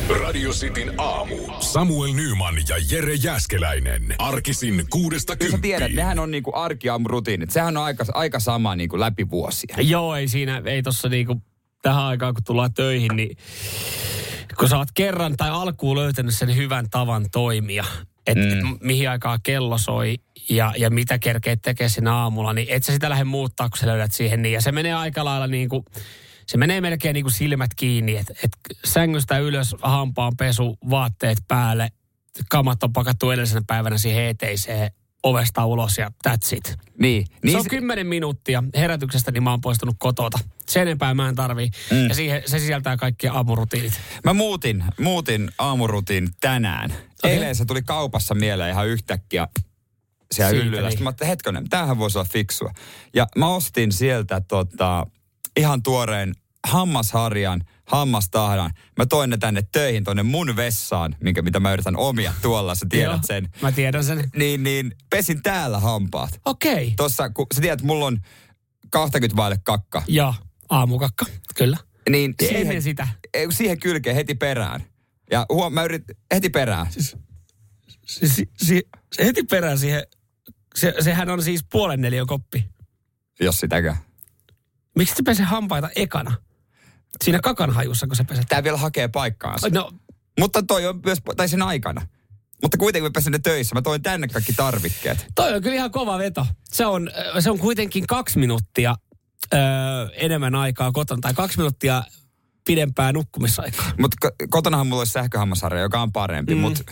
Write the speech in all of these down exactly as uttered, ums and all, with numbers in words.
Radio Cityn aamu. Samuel Nyman ja Jere Jääskeläinen. Arkisin kuudesta kymppiin. Sä tiedät, nehän on niinku arkiaamurutiinit. Sehän on aika, aika sama niinku läpi vuosia. Joo, ei siinä, ei tossa niinku tähän aikaan kun tullaan töihin, niin kun sä oot kerran tai alkuun löytänyt sen hyvän tavan toimia, että mm. et, mihin aikaan kello soi ja, ja mitä kerkeet tekee siinä aamulla, niin et sä sitä lähde muuttaa, kun sä löydät siihen niin. Ja se menee aika lailla niin kuin, se menee melkein niin kuin silmät kiinni, että et sängystä ylös, hampaan pesu, vaatteet päälle, kamat on pakattu edellisenä päivänä siihen eteiseen, ovesta ulos ja that's it. Niin. niin se on kymmenen minuuttia herätyksestä, niin mä oon poistunut kotota. Sen enempää mä en tarvii. Mm. Ja siihen, se sisältää kaikki aamurutiinit. Mä muutin, muutin aamurutiin tänään. Okay. Eilen se tuli kaupassa mieleen ihan yhtäkkiä siellä Siitä hyllyllä. niin. Sitten mä ajattelin, hetkonen, tämähän voisi olla fiksua. Ja mä ostin sieltä tota, ihan tuoreen hammasharjan, hammastahdan. Mä toin ne tänne töihin, tonne mun vessaan, minkä, mitä mä yritän omia tuolla, sä tiedät Joo, sen. Mä tiedän sen. Niin, niin pesin täällä hampaat. Okei. Okay. Tossa, kun sä tiedät, mulla on kaksikymmentä vaille kakka. Joo, aamukakka, kyllä. Niin Siihen siihen, sitä. siihen kylkeen heti perään. Ja huom, mä yritin heti perään. Siis, siis, siis, se heti perään siihen, se, sehän on siis puolen neliön koppi. Jos sitäkään. Miksi se pesee hampaita ekana? Siinä kakanhajussa, kun se peset. Tää vielä hakee paikkaansa. No, Mutta toi on myös, tai sen aikana. Mutta kuitenkin mä pesin ne töissä. Mä toin tänne kaikki tarvikkeet. toi on kyllä ihan kova veto. Se on, se on kuitenkin kaksi minuuttia öö, enemmän aikaa kotona, tai kaksi minuuttia pidempää nukkumisaikaa. Mutta kotonahan mulla olisi sähköhammasharja, joka on parempi. Mm. Mutta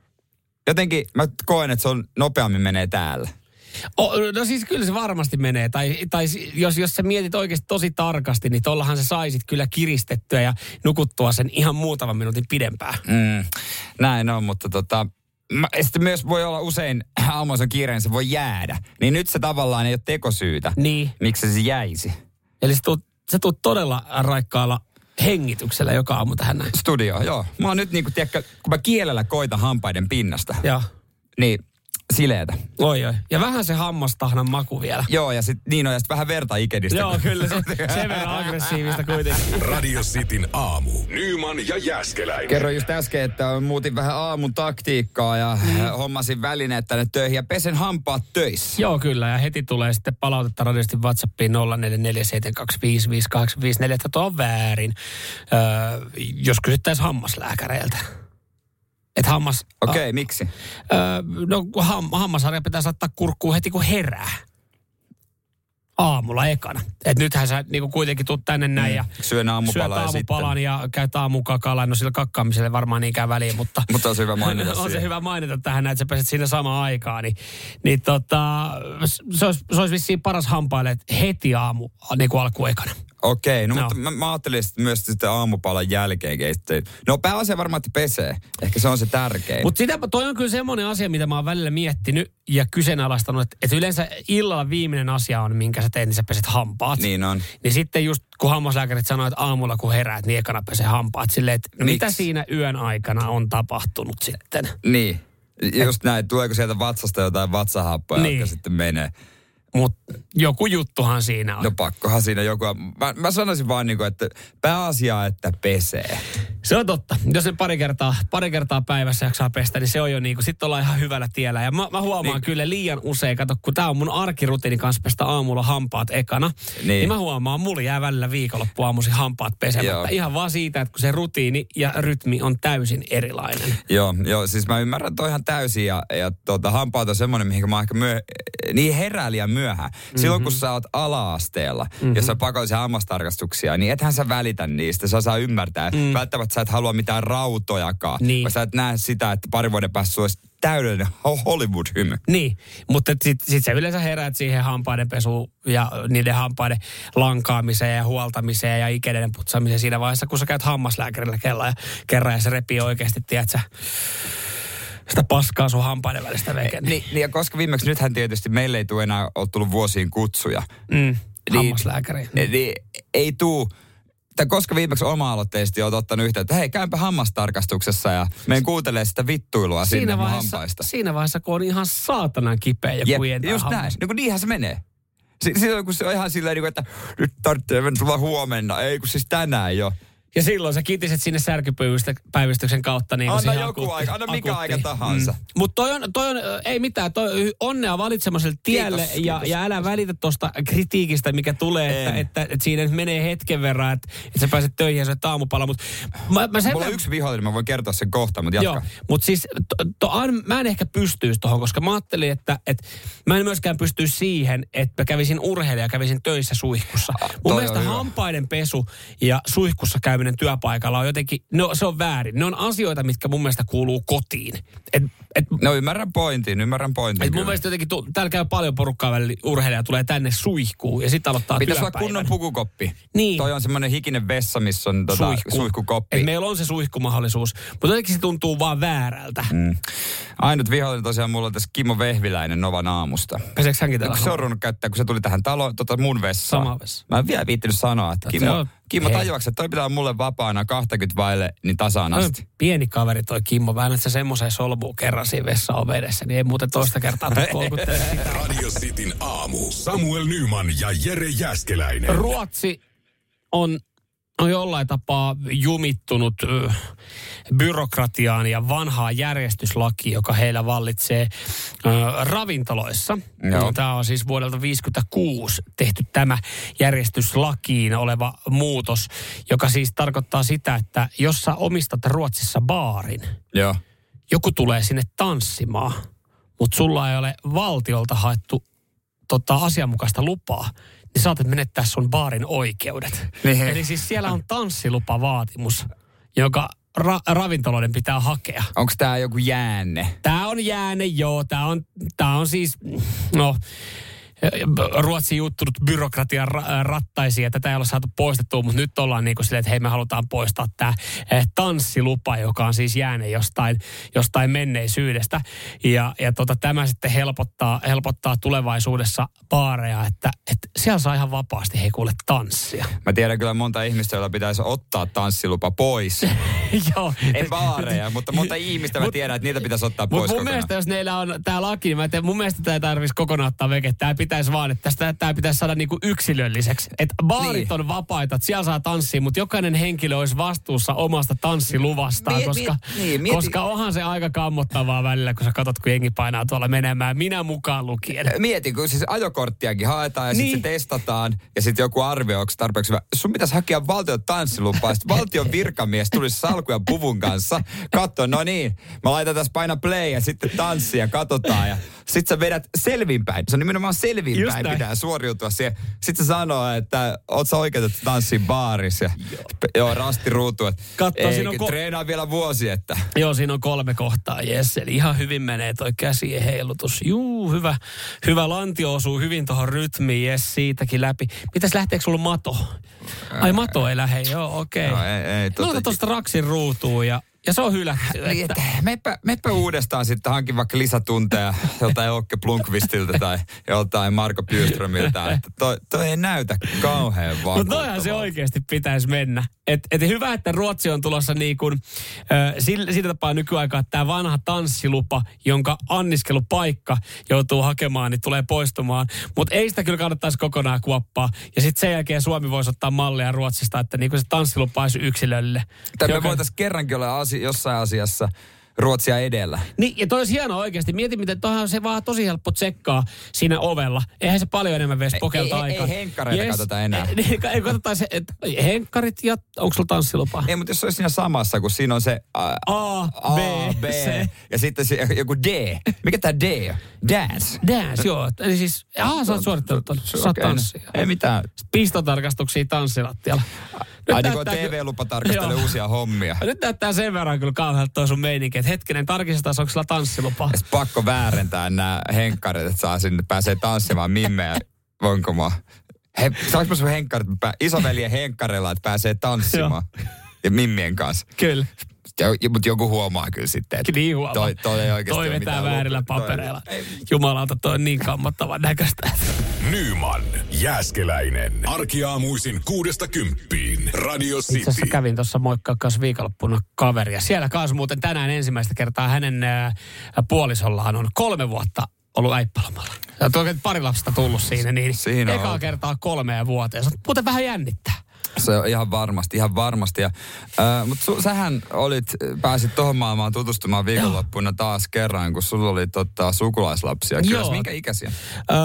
jotenkin mä koen, että se on nopeammin menee täällä. Oh, no siis kyllä se varmasti menee. Tai, tai jos, jos sä mietit oikeasti tosi tarkasti, niin tollahan sä saisit kyllä kiristettyä ja nukuttua sen ihan muutaman minuutin pidempään. Mm, näin on, mutta tota... Mä, sitten myös voi olla usein aamuisen on kiireen, se voi jäädä. Niin nyt se tavallaan ei ole tekosyytä. Niin. Miksi se jäisi? Eli se tuut, se tuut todella raikkaalla hengityksellä joka aamu tähän näin. Studio, joo. Mä oon nyt niinku, tiedätkö, kun mä kielellä koitan hampaiden pinnasta. Joo. Niin, sileetä. Oi oi. Ja vähän se hammastahnan maku vielä. Joo, ja sit niin on, ja sit vähän verta ikedistä. Joo, kyllä se, sen verran aggressiivista kuitenkin. Radio Cityn aamu. Nyman ja Jääskeläinen. Kerroin just äsken, että muutin vähän aamun taktiikkaa ja mm. hommasin välineet tänne töihin ja pesen hampaat töissä. Joo, kyllä. Ja heti tulee sitten palautetta radiosti WhatsAppiin nolla neljä neljä seitsemän kaksi viisi viisi kahdeksan viisi neljä, että tuo on väärin. Öö, jos kysyttäisiin hammaslääkäreiltä. Että hammas... Okei, okay, miksi? Öö, no ham, hammasharja pitää saattaa kurkkuun heti kun herää. Aamulla ekana. Että nythän sä niinku kuitenkin tuut tänne näin ja... Mm, syön aamupalaa ja aamupalan ja käyt aamukakalla. No sillä kakkaamiselle varmaan niinkään väliä, mutta... mutta on se hyvä mainita on se hyvä mainita tähän, että sä peset siinä samaan aikaan. Niin, niin tota, se olisi, se olisi vissiin paras hampaille, että heti aamu niin kuin alkuun ekana. Okei, okay, no, no mutta mä, mä ajattelin myös sitten aamupalan jälkeen. No pääasia varmaan, että pesee. Ehkä se on se tärkein. Mutta toi on kyllä semmoinen asia, mitä mä oon välillä miettinyt ja kyseenalaistanut, että, että yleensä illalla viimeinen asia on, minkä sä teet, niin sä peset hampaat. Niin on. Niin sitten just kun hammaslääkärit sanoo, että aamulla kun heräät, niin ekana pesee hampaat. Silleen, että no mitä siinä yön aikana on tapahtunut sitten? Niin, just näin. Tuleeko sieltä vatsasta jotain vatsahappoja, niin. jotka sitten menee? Mutta joku juttuhan siinä on. No pakkohan siinä joku. Mä, mä sanoisin vaan niin kuin, että pääasiaa, että pesee. Se on totta. Jos ne pari kertaa, pari kertaa päivässä jaksaa pestä, niin se on jo niin kuin, sit ollaan ihan hyvällä tiellä. Ja mä, mä huomaan niin. kyllä liian usein, kato, kun tää on mun arkirutiini kanssa pestä aamulla hampaat ekana, niin, niin mä huomaan, mulla jää välillä viikonloppu aamuisin hampaat pesemättä. Joo. Ihan vaan siitä, että kun se rutiini ja rytmi on täysin erilainen. Joo, joo siis mä ymmärrän toi ihan täysin ja, ja tuota, hampaat on semmoinen, mihin mä oon ehkä myö, niin herää liian myöhään. Silloin kun sä oot ala-asteella, mm-hmm. jos sä pakollisia hammastarkastuksia, niin ethän sä välitä niistä. Sä saa ymmärtää. Mm. Välttämättä sä et halua mitään rautojakaan. Niin. Vai sä et näe sitä, että pari vuoden päästä sulla olisi täydellinen Hollywood-hymy. Niin, mutta sitten sit sä yleensä heräät siihen hampaiden pesuun ja niiden hampaiden lankaamiseen ja huoltamiseen ja ikeiden putsaamiseen siinä vaiheessa, kun sä käyt hammaslääkärillä kerran ja, kerran ja se repii oikeasti, tiedätkö, sitä paskaa sun hampaiden välistä veken. Niin, niin, ja koska viimeksi nythän tietysti meille ei tule enää ole tullut vuosiin kutsuja. Mm, hammaslääkäri. Niin, niin, ei tuu, tai koska viimeksi oma-aloitteisesti olet ottanut yhteyttä, että hei, käympä hammastarkastuksessa ja meidän kuuntelee sitä vittuilua siinä sinne mun hampaista. Siinä vaiheessa, kun on ihan saatanan kipeä ja Jep, kujentää just hammas. näin, niin kun niinhän se menee. Silloin kun se on ihan silleen, että nyt tarvitsee tulla huomenna, ei kun siis tänään jo. Ja silloin sä kitiset sinne särkypäivystyksen kautta. Niin anna joku akuutti, aika, anna mikä akuutti. Aika tahansa. Mm. Mutta toi on, toi on, ei mitään, toi onnea valitsemiselle tielle kiitos, ja, kiitos. ja älä välitä tuosta kritiikistä, mikä tulee, että, että, että siinä menee hetken verran, että, että sä pääset töihin ja se aamupala. Mut mä, mä sen Mulla on yksi vihollinen, mä voin kertoa sen kohta, mutta jatka. Joo, mutta siis to, to, mä en ehkä pystyisi tuohon, koska mä ajattelin, että, että mä en myöskään pystyisi siihen, että mä kävisin urheilija ja kävisin töissä suihkussa. Mun mielestä hampaiden pesu ja suihkussa käyminen työpaikalla on jotenkin, no se on väärin. Ne on asioita, mitkä mun mielestä kuuluu kotiin. Et, et, no ymmärrän pointin, ymmärrän pointin. Et mun mielestä jotenkin, tu, täällä käy paljon porukkaa välillä, urheilija tulee tänne suihkuun ja sitten aloittaa pitäisi työpäivän. olla kunnon pukukoppi. Niin. Toi on semmoinen hikinen vessa, missä on tota Suihku. suihkukoppi. Et meillä on se suihkumahdollisuus, mutta jotenkin se tuntuu vaan väärältä. Mm. Ainut vihollinen tosiaan mulla on tässä Kimmo Vehviläinen Novan aamusta. Peseekö hänkin täällä? Se on ruvennut käyttää, kun se tuli tähän taloon, tota mun vessaan. Sama vessa. Mä en vielä viittinyt sanoa, että Kimmo, Kimmo tajuaksi, että toi pitää mulle vapaana kaksikymmentä vaille, niin tasaan asti. Pieni kaveri toi Kimmo, väännät sä semmoiseen solmuun kerran siinä vessaan vedessä, niin ei muuten toista kertaa tule kolkuttelemaan sitä. Radio Cityn aamu. Samuel Nyman ja Jere Jääskeläinen. Ruotsi on, on jollain tapaa jumittunut ö, byrokratiaan ja vanhaa järjestyslakiin, joka heillä vallitsee ö, ravintoloissa. No. Tämä on siis vuodelta viisikymmentäkuusi tehty tämä järjestyslakiin oleva muutos, joka siis tarkoittaa sitä, että jos sä omistat Ruotsissa baarin, Joo. joku tulee sinne tanssimaan, mutta sulla ei ole valtiolta haettu tota, asianmukaista lupaa, niin saatat menettää sun baarin oikeudet. Niin. Eli siis siellä on tanssilupavaatimus, joka ra- ravintoloiden pitää hakea. Onko tää joku jäänne? Tää on jäänne, joo. Tää on, tää on siis, no, Ruotsi juttunut byrokratian rattaisiin, ja tätä ei ole saatu poistettua, mutta nyt ollaan niin kuin silleen, että hei, me halutaan poistaa tämä tanssilupa, joka on siis jääne jostain, jostain menneisyydestä. Ja, ja tota, tämä sitten helpottaa, helpottaa tulevaisuudessa baareja, että, että siellä saa ihan vapaasti hei kuule tanssia. Mä tiedän kyllä monta ihmistä, joilla pitäisi ottaa tanssilupa pois. Joo. Ei baareja, mutta monta ihmistä mä mut, tiedän, että niitä pitäisi ottaa pois mun kokonaan. mielestä, jos neillä on tämä laki, niin mä teen, mun mielestä tämä ei tarvitsisi kokonaan ottaa veke. Tämä pitäisi vaan, että tästä tämä pitäisi saada niinku yksilölliseksi. Että baarit niin on vapaita, että siellä saa tanssia, mutta jokainen henkilö olisi vastuussa omasta tanssiluvastaan, miet, koska, miet, niin, mieti, koska onhan se aika kammottavaa välillä, kun sä katsot, kun jengi painaa tuolla menemään, minä mukaan lukien. Mieti, kun siis ajokorttiakin haetaan ja niin. sitten se testataan ja sitten joku arvioi, onko tarpeeksi hyvä. Sun pitäisi hakea valtion tanssilupaa, sitten valtion virkamies tulisi salkun ja puvun kanssa, katso, no niin, mä laitan tässä paina play ja sitten tanssia ja katsotaan ja sitten sä vedät selvinpäin. Se on nimenomaan selvinpäin pitää suoriutua siihen. Sitten se sanoo, että oot sä oikeutettu tanssiin baarissa. Ja, joo. joo, rasti ruutu. Katso, siinä on ko- treenaa vielä vuosi, että. Joo, siinä on kolme kohtaa, jes. Eli ihan hyvin menee toi käsien heilutus. Juu, hyvä. Hyvä lantio osuu hyvin tuohon rytmiin, jes, siitäkin läpi. Mitäs lähteekö sulla mato? Ai mato ei lähde, joo, okei. Okay. No, ei, ei. No, ota tuosta raksin ruutuun ja Ja se on hylätty. Niin, että meppä, meppä uudestaan sitten hankin vaikka lisätunteja joltain Åke Blunkvistilta tai joltain Marko Bjurströmiltä. Että toi, toi ei näytä kauhean vakuuttavalta. Mutta noihan se oikeasti pitäisi mennä. Et, et hyvä, että Ruotsi on tulossa niin kuin, äh, sillä tapaa nykyaikaa, että tämä vanha tanssilupa, jonka anniskelupaikka joutuu hakemaan, niin tulee poistumaan. Mutta ei sitä kyllä kannattaisi kokonaan kuoppaa. Ja sitten sen jälkeen Suomi voisi ottaa mallia Ruotsista, että niin kuin se tanssilupa olisi yksilölle. Tai me voitaisiin kerrankin olla asi- jossain asiassa Ruotsia edellä. Niin, ja toi olisi hienoa oikeasti. Mieti, miten toihan se vaan tosi helppo tsekkaa siinä ovella. Eihän se paljon enemmän veisi pokelta aikaa. Ei, ei henkkareita yes. katsota enää. Niin, ei katsotaan se, että henkkarit ja onko sulla tanssilupa? Ei, mutta jos se olisi siinä samassa, kun siinä on se A, A, B, B C. Ja sitten se, joku D. Mikä tää D on? Dance. Dance, joo. Eli siis, aah, sä oot suorittanut ton. Sä oot tanssia. Ei mitään. Pistotarkastuksia tanssilattialla. Ai niin kuin T V-lupa tarkastelee uusia hommia. Nyt näyttää sen verran kyllä kauhealta toi sun meininki, että hetkinen, tarkistetaan, onko sulla tanssilupa. Ja pakko väärentää nämä henkkarit, että saa sinne, pääsee tanssimaan mimmeä. Voinko mä? He, saanko mä sun henkkarit, isoveljen henkkarilla, että pääsee tanssimaan. Ja mimmien kanssa. Kyllä. Mutta joku huomaa kyllä sitten, että niin huomaa. toi, toi ei oikeasti toi vetää väärillä loppu, papereilla. Toi, Jumalauta, toi on niin kammottavan näköistä. Nyman, Jääskeläinen. Arkiaamuisin kuudesta kymppiin. Radio City. Itse asiassa kävin tuossa moikkaa kanssa viikonloppuna kaveria. Siellä kanssa muuten tänään ensimmäistä kertaa hänen äh, puolisollaan on kolme vuotta ollut äippälomalla. Ja tuo pari lapsesta tullut siinä, niin siinä ekaa kertaa kolmeen vuoteen. Se muuten vähän jännittää. Se on ihan varmasti, ihan varmasti. Ja, äh, mutta su, sähän olit, pääsit tohon maailmaan tutustumaan viikonloppuna taas kerran, kun sulla oli tota, sukulaislapsia. Kyllä, minkä ikäisiä? Öö,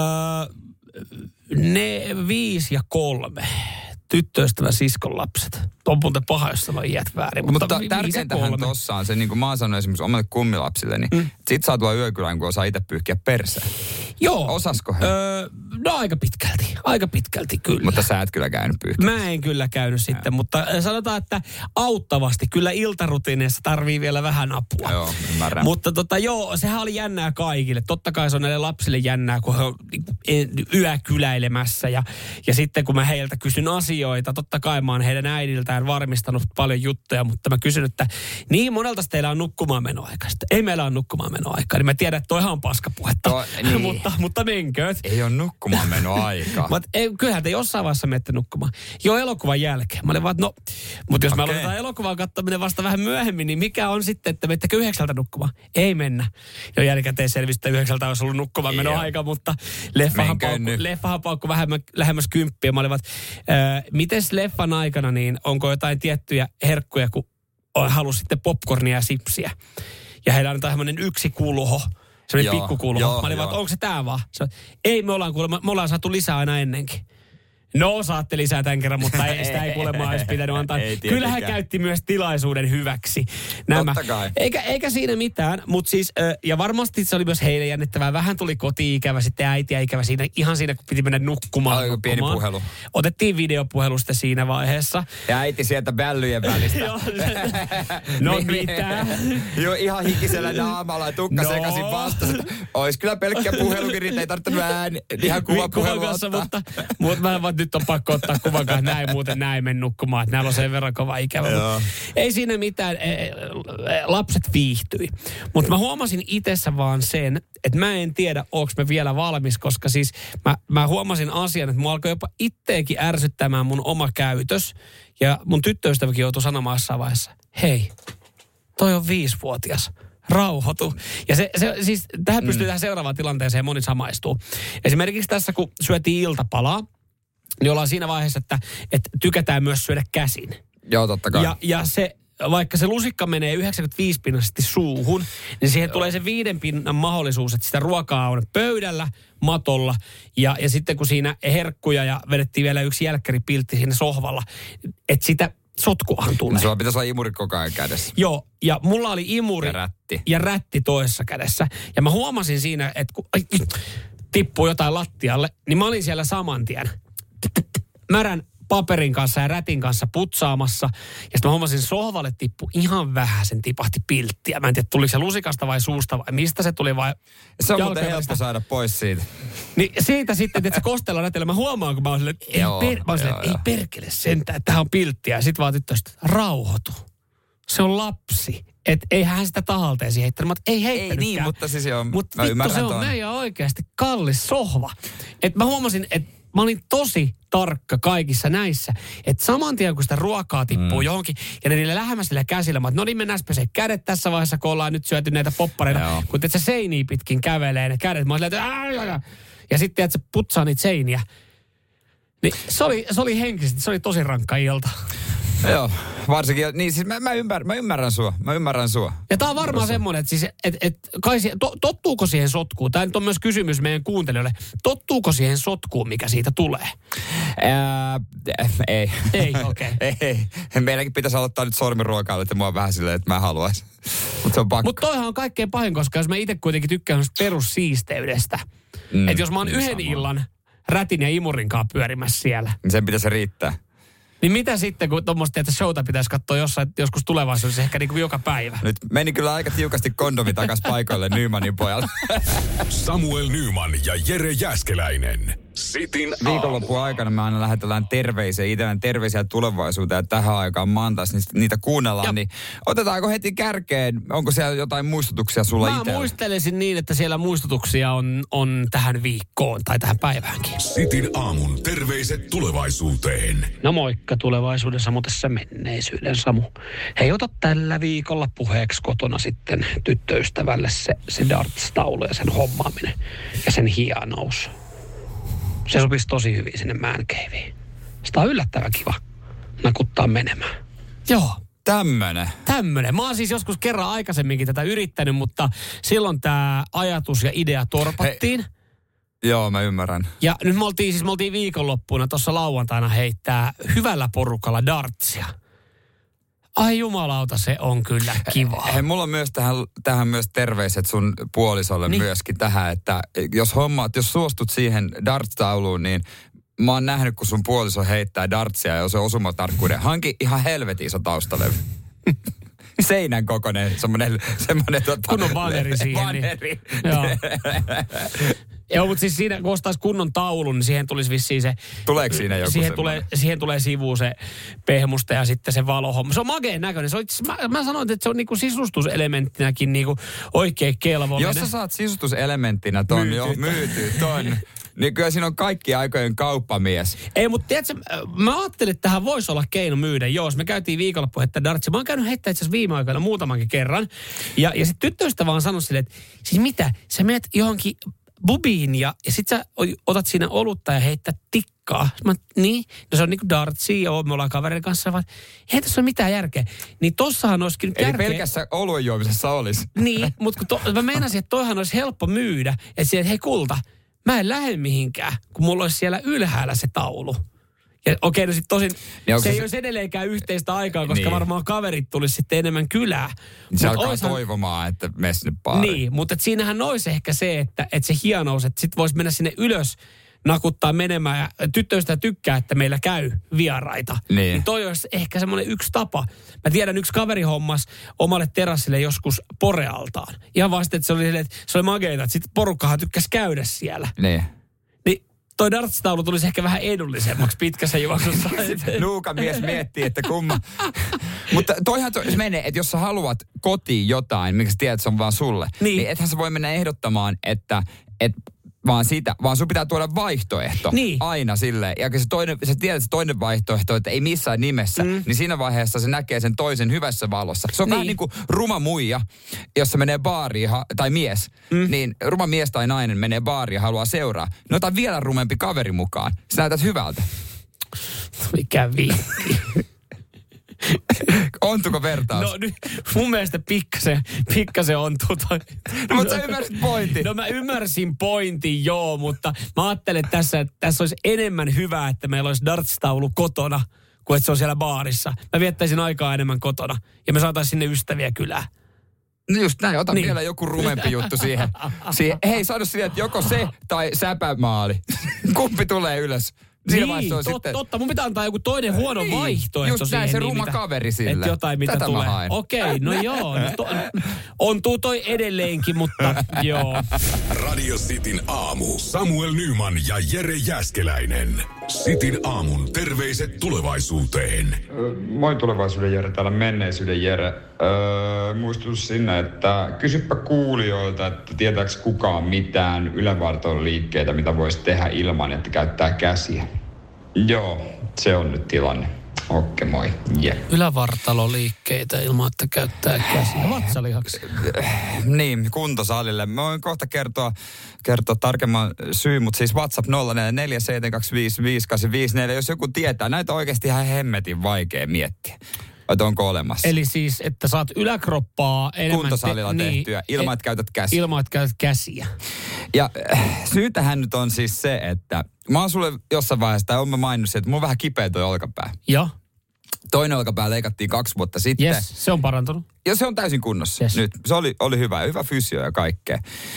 ne viisi ja kolme. Tyttöystävä siskon lapset. On muuten paha, jos sanoo iät väärin. Mutta, mutta tärkeintähän tuossa on se, niin kuin mä oon sanonut esimerkiksi omalle kummilapsille, niin mm. sit saa tulla yökylään, kun osaa itse pyyhkiä perseen. Joo. Osasko he? Öö, no aika pitkälti. Aika pitkälti kyllä. Mutta sä et kyllä käynyt pyyhkiä. Mä en kyllä käynyt ja. sitten, mutta sanotaan, että auttavasti. Kyllä iltarutiineissa tarvii vielä vähän apua. Joo, ymmärrän. Mutta tota, joo, sehän oli jännää kaikille. Totta kai se on näille lapsille jännää, kun he on yökyläilemässä. Ja, ja sitten kun mä heiltä kysyn asioita, totta kai mä oon heidän äidiltään varmistanut paljon juttuja, mutta mä kysyn, että niin monelta teillä on nukkumaan menoaika. Sitten, ei meillä on nukkumaan menoaikaa, niin mä tiedän, että toihan on paskapuhetta. To, niin. mutta, mutta menkööt. Ei ole nukkumaan menoaikaa. Mutta kyllähän te jossain vaiheessa menette nukkumaan. Joo, elokuvan jälkeen. Mä olin vaan, että no, mutta jos okay. me aloitetaan elokuvan katsominen vasta vähän myöhemmin, niin mikä on sitten, että menettekö yhdeksältä nukkumaan? Ei mennä. Jo jälkikäteen selvistä yhdeksältä olisi ollut nukkumaan menoaika, mutta leffahan paukku, leffahan paukku vähän lähemmäs kymppiä. Mä olin vaan, äh, mites leffan aikana, niin onko jotain tiettyjä herkkuja, kun halusi popcornia ja sipsiä. Ja heillä on tämmöinen yksi kulho. Sellainen pikkukulho. Mä olin vaan, onko se tää vaan? Se, ei, me ollaan kuulemma, me ollaan saatu lisää aina ennenkin. No, saatte lisää tämän kerran, mutta ei, sitä ei kuulemma olisi pitänyt antaa. Kyllä hän käytti myös tilaisuuden hyväksi nämä. Totta kai. Eikä, eikä siinä mitään, mutta siis, ja varmasti se oli myös heille jännittävää. Vähän tuli koti-ikävä, sitten äitiä ikävä siinä, ihan siinä, kun piti mennä nukkumaan. Aika pieni puhelu. Otettiin videopuhelu sitten siinä vaiheessa. Ja äiti sieltä vällyjen välistä. No mitä? Joo, ihan hikisellä naamalla ja tukka no. sekaisin vastasi. Ois kyllä pelkkä puhelukin, ei tarvitse vähän ihan kuva puhelu ottaa. Mutta, mutta mä vaan nyt on pakko ottaa kuvan kanssa, näin muuten näin men nukkumaan, että näillä on sen verran kova ikävä. Ei siinä mitään, lapset viihtyi. Mutta mä huomasin itsessä vaan sen, että mä en tiedä, onko me vielä valmis, koska siis mä, mä huomasin asian, että mua alkoi jopa itteekin ärsyttämään mun oma käytös. Ja mun tyttöystäväkin joutui sanomaan jossain vaiheessa, hei, toi on viisivuotias. Rauhoitu. Ja se, se siis tähän pystyy mm. tähän seuraavaan tilanteeseen moni samaistuu. Esimerkiksi tässä, kun syötiin iltapalaa, niin ollaan siinä vaiheessa, että, että tykätään myös syödä käsin. Joo, totta kai. Ja, ja se, vaikka se lusikka menee yhdeksänkymmentäviisi pinnasti suuhun, niin siihen Joo. tulee se viiden pinnan mahdollisuus, että sitä ruokaa on pöydällä, matolla. Ja, ja sitten kun siinä herkkuja ja vedettiin vielä yksi jälkkäripiltti siinä sohvalla, että sitä sotkuahan tulee. Sulla pitäisi olla imuri koko ajan kädessä. Joo, ja mulla oli imuri ja rätti, ja rätti toisessa kädessä. Ja mä huomasin siinä, että kun ai, tippuu jotain lattialle, niin mä olin siellä saman tien märän paperin kanssa ja rätin kanssa putsaamassa. Ja sitten mä huomasin, sohvalle tippu ihan vähän, sen tipahti pilttiä. Mä en tiedä, tuliko se lusikasta vai suusta vai mistä se tuli vai se on muuten helppo saada pois siitä. Niin siitä sitten, että se kostella rätillä, mä huomaan, kun mä oon silleen, että ei, per, mä silleen, ei perkele sentään, että tämähän on pilttiä. Ja sit vaan tyttö, että rauhoitu. Se on lapsi. Että eihän hän sitä tahalteesi heittänyt. Mä ei heittänytkään. Ei niin, mutta siis joo, Mut mä vittu, se on tuon. meidän oikeasti kallis sohva. Että mä huomasin, että mä olin tosi tarkka kaikissa näissä. Että saman tien, kun sitä ruokaa tippuu mm. johonkin, ja ne niillä lähemmäisillä käsillä, mä no niin mennään pesee kädet tässä vaiheessa, kun ollaan nyt syöty näitä poppareita. Joo. Kun teet se seiniä pitkin kävelee ne kädet. Mä olin että ja sitten, että se putsaa niitä seiniä. Niin se oli, se oli henkisesti, se oli tosi rankka ilta. Joo, varsinkin, niin siis mä, mä, ymmärrän, mä ymmärrän sua, mä ymmärrän sua. Ja tää on varmaan semmoinen, että siis, et, et, kai siihen, to, tottuuko siihen sotkuun? Tämä nyt on myös kysymys meidän kuuntelijoille. Tottuuko siihen sotkuun, mikä siitä tulee? Ää, ei. Ei, okei. Okay. ei. Meidänkin pitäisi aloittaa nyt sormiruokailu, että mua vähän silleen, että mä haluaisin. Mutta se on pakko. Mutta toihan on kaikkein pahin, koska jos mä itse kuitenkin tykkään perussiisteydestä. Mm, että jos mä oon niin yhden samoin. illan rätin ja imurinkaan pyörimässä siellä. Niin sen pitäisi riittää. Niin mitä sitten, kun tuommoista, että showta pitäisi katsoa jossain, joskus tulevaisuudessa, ehkä niin kuin joka päivä? Nyt meni kyllä aika tiukasti kondomi takas paikoille Nymanin pojalla. Samuel Nyman ja Jere Jääskeläinen. Sitin viikonlopun aikana me aina lähetellään terveisiä, itsellään terveisiä tulevaisuuteen ja tähän aikaan maantais niitä, niitä kuunnellaan. Ja. Niin otetaanko heti kärkeen, onko siellä jotain muistutuksia sulla itsellä? Mä muistelisin niin, että siellä muistutuksia on, on tähän viikkoon tai tähän päiväänkin. Sitin aamun terveiset tulevaisuuteen. No moikka tulevaisuuden Samu tässä menneisyyden Samu. Hei, ota tällä viikolla puheeksi kotona sitten tyttöystävälle se, se darts-taulu ja sen hommaaminen ja sen hienous. Se sopisi tosi hyvin sinne man caveen. Sitä on yllättävän kiva. nakuttaa menemään. Joo. Tämmönen. Tämmönen. Mä oon siis joskus kerran aikaisemminkin tätä yrittänyt, mutta silloin tää ajatus ja idea torpattiin. Hei. Joo, mä ymmärrän. Ja nyt me oltiin, siis me oltiin viikonloppuuna tuossa lauantaina heittää hyvällä porukalla dartsia. Ai jumalauta, se on kyllä kiva. Hei, mulla on myös tähän, tähän myös terveiset sun puolisolle niin. myöskin tähän, että jos hommaat, jos suostut siihen darts-tauluun, niin mä oon nähnyt, kun sun puoliso heittää dartsia ja se osumatarkkuuden. Hanki ihan helvetin iso taustalevy. Seinän kokoinen, semmoinen... semmoinen tota, kunnon banneri siihen. Banneri. Niin. Joo. Joo, mutta siis siinä, kun ostaisi kunnon taulun, niin siihen tulisi vissiin se... Tuleeko siinä joku siihen tulee, siihen tulee sivuun se pehmusta ja sitten se valohomma. Se on mageen näköinen. Se on, mä, mä sanoin, että se on niinku sisustuselementtinäkin niinku oikein kelvollinen. Jos sä saat sisustuselementtinä ton myyty. jo myyty ton, niin kyllä siinä on kaikki aikojen kauppamies. Ei, mutta tiedätkö, mä ajattelin, että tähän voisi olla keino myydä. Joo, me käytiin viikonloppu heittää dartsia. Mä oon käynyt heittää itse asiassa viime aikoina muutamankin kerran. Ja, ja sitten tyttöystä vaan sanoi silleen, että siis mitä, sä menet johonkin bubiin ja, ja sit sä otat siinä olutta ja heittää tikkaa. Mä, niin, no se on niinku dartsia, joo, me ollaan kaverin kanssa, vaan ei tässä ole mitään järkeä. Niin tossahan olisikin nyt Eli järkeä. pelkässä oluen juomisessa olisi. Niin, mutta kun to, mä meinasin, että toihan olisi helppo myydä. Että siellä, hei kulta, mä en lähde mihinkään, kun mulla olisi siellä ylhäällä se taulu. Ja okei, no sit tosin niin se ei se... olisi edelleenkään yhteistä aikaa, koska niin. varmaan kaverit tulisi sitten enemmän kylää. Se alkaa oishan... toivomaan, että mes nyt baariin. Niin, mutta siinähän olisi ehkä se, että, että se hienous, että sit voisi mennä sinne ylös, nakuttaa menemään ja tyttöystä tykkää, että meillä käy vieraita. Niin. niin toi olisi ehkä semmoinen yksi tapa. Mä tiedän, yksi kaveri hommas omalle terassille joskus porealtaan. Ihan vasta, että se oli, että se oli mageita, että sit porukkahan tykkäsi käydä siellä. Niin. Niin toi darts-taulu tulisi ehkä vähän edullisemmaksi pitkässä juoksussa. Nuuka mies miettii, että kumma. Mutta toihan to, se menee, että jos sä haluat kotiin jotain, miksi tiedät, että se on vaan sulle, niin, niin ethän sä voi mennä ehdottamaan, että et, vaan sitä, vaan sun pitää tuoda vaihtoehto niin. aina silleen. Ja kun se toinen, sä tiedät, että se toinen vaihtoehto, että ei missään nimessä, mm. niin siinä vaiheessa se näkee sen toisen hyvässä valossa. Se on niin. vähän niin kuin ruma muija, jos se menee baariin, tai mies, mm. niin ruma mies tai nainen menee baariin ja haluaa seuraa. No ota vielä rumempi kaveri mukaan. Sä näytät hyvältä. Mikä viikki. Ontuko vertaus? No nyt mun mielestä pikkasen, pikkasen ontuu toi. No mutta sä ymmärsit pointin. No mä ymmärsin pointin, joo, mutta mä ajattelen, että tässä, että tässä olisi enemmän hyvää, että meillä olisi darts-taulu kotona, kuin että se on siellä baarissa. Mä viettäisin aikaa enemmän kotona ja me saataisiin sinne ystäviä kylään. No just näin, ota niin. vielä joku rumempi juttu siihen. siihen. Hei, sano siihen, että joko se tai säpämaali. Kumpi tulee ylös? Siinä niin, tot, sitten... totta. Mun pitää antaa joku toinen huono niin, vaihtoehto just siihen. Just näin, se niin, ruma mitä, kaveri sille. Että jotain, mitä Tätä tulee. Okei, okay, no joo. No to, ontuu toi edelleenkin, mutta joo. Radio Cityn aamu. Samuel Nyman ja Jere Jääskeläinen. Cityn aamun terveiset tulevaisuuteen. Moi tulevaisuuden Jere, täällä menneisyyden Jere. Öö, muistutus sinne, että kysypä kuulijoilta, että tietääkö kukaan mitään ylävartalon liikkeitä, mitä voisi tehdä ilman, että käyttää käsiä. Joo, se on nyt tilanne. Okei, moi. Yeah. Ylävartaloliikkeitä ilman, että käyttää käsiä. Vatsalihaksi. Niin, kuntosalille. Mä voin kohta kertoa, kertoa tarkemman syy, mutta siis WhatsApp nolla neljä neljä seitsemän kaksi viisi viisi kahdeksan viisi neljä. Jos joku tietää, näitä on oikeasti ihan hemmetin vaikea miettiä. Että onko olemassa. Eli siis, että saat yläkroppaa enemmän... Kuntosalilla te- tehtyä, niin, ilman, että käytät käsiä. Ilman, että käytät käsiä. Ja äh, syytähän nyt on siis se, että mä oon sulle jossain vaiheessa, tai oon mä maininnut, että mulla on vähän kipeä toi olkapää. Joo. Toinen olkapää leikattiin kaksi vuotta sitten. Yes, se on parantunut. Ja se on täysin kunnossa yes. nyt. Se oli, oli hyvä, hyvä fysio ja kaikkea.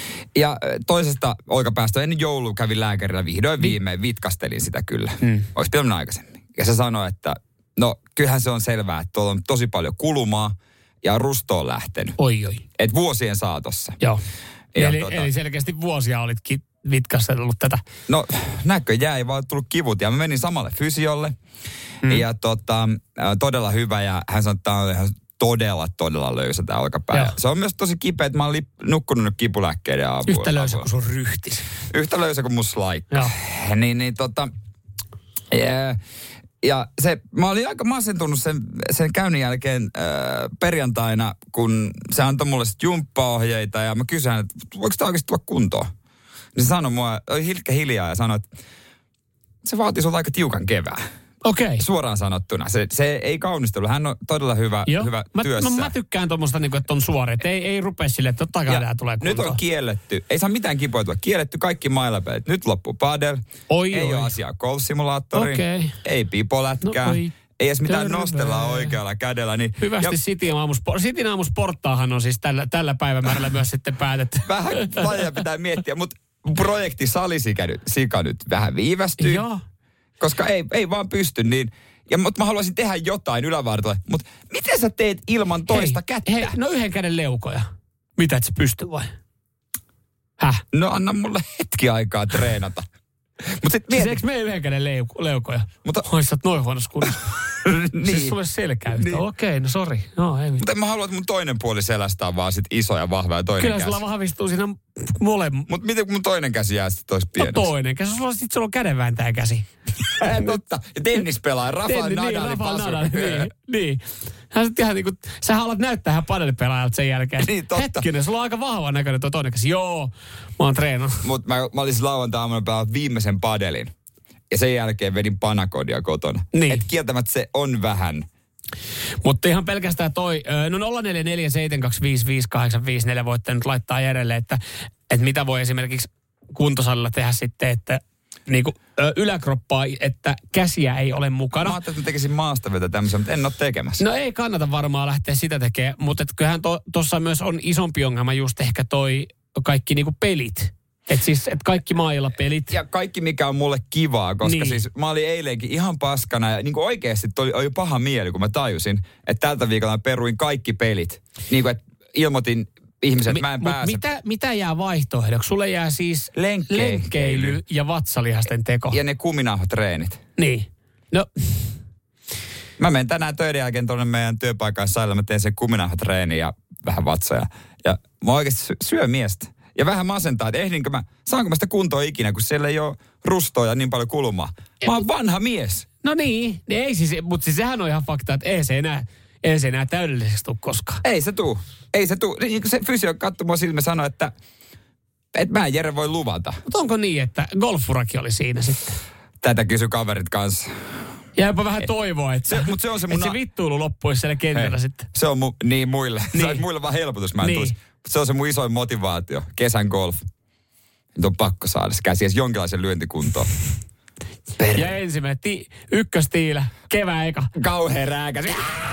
Ja toisesta olkapäästä ennen joulua kävin lääkärillä vihdoin viimein, vitkastelin sitä kyllä. Hmm. Olisi pitänyt aikaisemmin. Ja se sanoi, että no kyllähän se on selvää, että tuolla on tosi paljon kulumaa ja rusto on lähtenyt. Oi oi. Et vuosien saatossa. Joo. Eli, tuota, eli selkeästi vuosia olitkin vitkastellut tätä. No näköjään ei vaan tullut kivut ja mä menin samalle fysiolle. Hmm. Ja tota, todella hyvä ja hän sanoi, että tämä on ihan todella, todella löysä tämä olkapää. Joo. Se on myös tosi kipeä, että mä oon lip, nukkunut nyt kipulääkkeiden avulla. Yhtä löysä kuin sun ryhtis. Yhtä löysä kuin mun slaikka. Niin, niin tota... Yeah. Ja se, mä olin aika masentunut sen, sen käynnin jälkeen äh, perjantaina, kun se antoi mulle sit jumppaohjeita ja mä kysyin, että voiko tämä oikeasti tulla kuntoon? Niin se sanoi mua, oli hilkkä hiljaa ja sanoi, että se vaatii sulta aika tiukan kevään. Okei. Okay. Suoraan sanottuna. Se, se ei kaunistelu. Hän on todella hyvä, hyvä mä, työssä. No, mä tykkään tuommoista, niin että on suori. Että ei, ei rupea silleen, että totta kai tämä tulee kuntoon. Nyt on kielletty. Ei saa mitään kipoitua. Kielletty kaikki mailapelit. Nyt loppuu padel. Oi, ei oi. ole asiaa golfsimulaattoriin. Okay. Ei pipolätkää. No, oi. Ei edes mitään Terve. nostella oikealla kädellä. Niin, hyvästi ja... Cityn aamuspor- Cityn aamusporttaahan on siis tällä, tällä päivämäärällä myös sitten päätetty. Vähän lajeja pitää miettiä, mutta projekti Salisika nyt, Sika nyt vähän viivästyy. Joo. Koska ei, ei vaan pysty niin. Ja, mutta mä haluaisin tehdä jotain ylävartalolle. Mutta miten sä teet ilman toista hei, kättä? Hei, no yhden käden leukoja. Mitä, et se pysty vai? Häh? No anna mulle hetki aikaa treenata. Mut sit mieti... Siis eikö me yhden käden leuko, leukoja? Mutta... Oi, sä oot noin huonossa kunnossa. niin. Siis sulle selkää niin. Okei, okay, no sori. No, ei mutta mä haluan, että mun toinen puoli selästä on vaan sit iso ja vahva ja toinen Kyllä käsi. Kyllä sulla vahvistuu siinä molemmat. Mutta miten kun mun toinen käsi jää sitten tois pieneksi? No toinen käsi. Sulla, sit sulla on kädenvääntäjä käsi. Totta. Ja tennispelaaja, Rafael Tenni, Nadalin niin, Rafael pasu. Nadal, niin, niin. Hän sit ihan niinku, sähän alat näyttää ihan padelipelaajalta sen jälkeen. Niin, totta. Hetkinen, sulla on aika vahva näköinen tuo toinen käsi. Joo, mä oon treenannut. Mutta mä, mä olisin lauantai-aamuna pelannut viimeisen padelin. Ja sen jälkeen vedin panakodia kotona. Niin. Et kieltämättä se on vähän. Mutta ihan pelkästään toi, no nolla neljä neljä seitsemän kaksi viisi viisi kahdeksan viisi neljä voitte nyt laittaa järjelle, että, että mitä voi esimerkiksi kuntosalilla tehdä sitten, että niinku yläkroppaa, että käsiä ei ole mukana. Mä ajattelin, että mä tekisin maastavetä tämmöisen, mutta en ole tekemässä. No ei kannata varmaan lähteä sitä tekemään, mutta kyllähän tuossa to, myös on isompi ongelma just ehkä toi kaikki niinku pelit. Että siis, et kaikki mailla-pelit. Ja kaikki, mikä on mulle kivaa, koska niin. siis mä olin eilenkin ihan paskana ja niin kuin oikeasti oli, oli paha mieli, kun mä tajusin, että tältä viikolla mä peruin kaikki pelit. Niin kuin, että ilmoitin ihmiset, että mä en Mut pääse. Mitä, mitä jää vaihtoehdoksi? Sulle jää siis Lenkkeily. lenkkeily ja vatsalihasten teko. Ja ne kuminauhatreenit. Niin. No. Mä menen tänään töiden jälkeen tuonne meidän työpaikan sailla, mä teen sen kuminauhatreeni ja vähän vatsoja. Ja mä oikeasti syö miestä. Ja vähän masentaa, että ehdinkö mä, saanko mä sitä kuntoa ikinä, kun siellä ei ole rustoja niin paljon kulumaa. Mä oon vanha mies. No niin, niin ei siis, mutta siis sehän on ihan fakta, että ei se enää, ei se enää täydelliseksi tule koskaan. Ei se tuu. Ei se tuu. Niin se fysio katsoi mua silmä sanoi, että, että mä en Jere voi luvata. Mutta onko niin, että golfurakin oli siinä sitten? Tätä kysy kaverit kanssa. Ja jopa vähän toivoa, että se, mut se, on se, mun että se vittuilu loppuisi siellä kentällä hei, sitten. Se on mu, niin muille. Niin. Se olisi muille vaan helpotus, mä en niin. tulisi. Se on se mun isoin motivaatio. Kesän golf. Nyt on pakko saada se käsi edes jonkinlaisen lyöntikuntoon. Per. Ja ensimmäinen ti- ykköstiilä, kevään eka. Kauhea rääkäsi.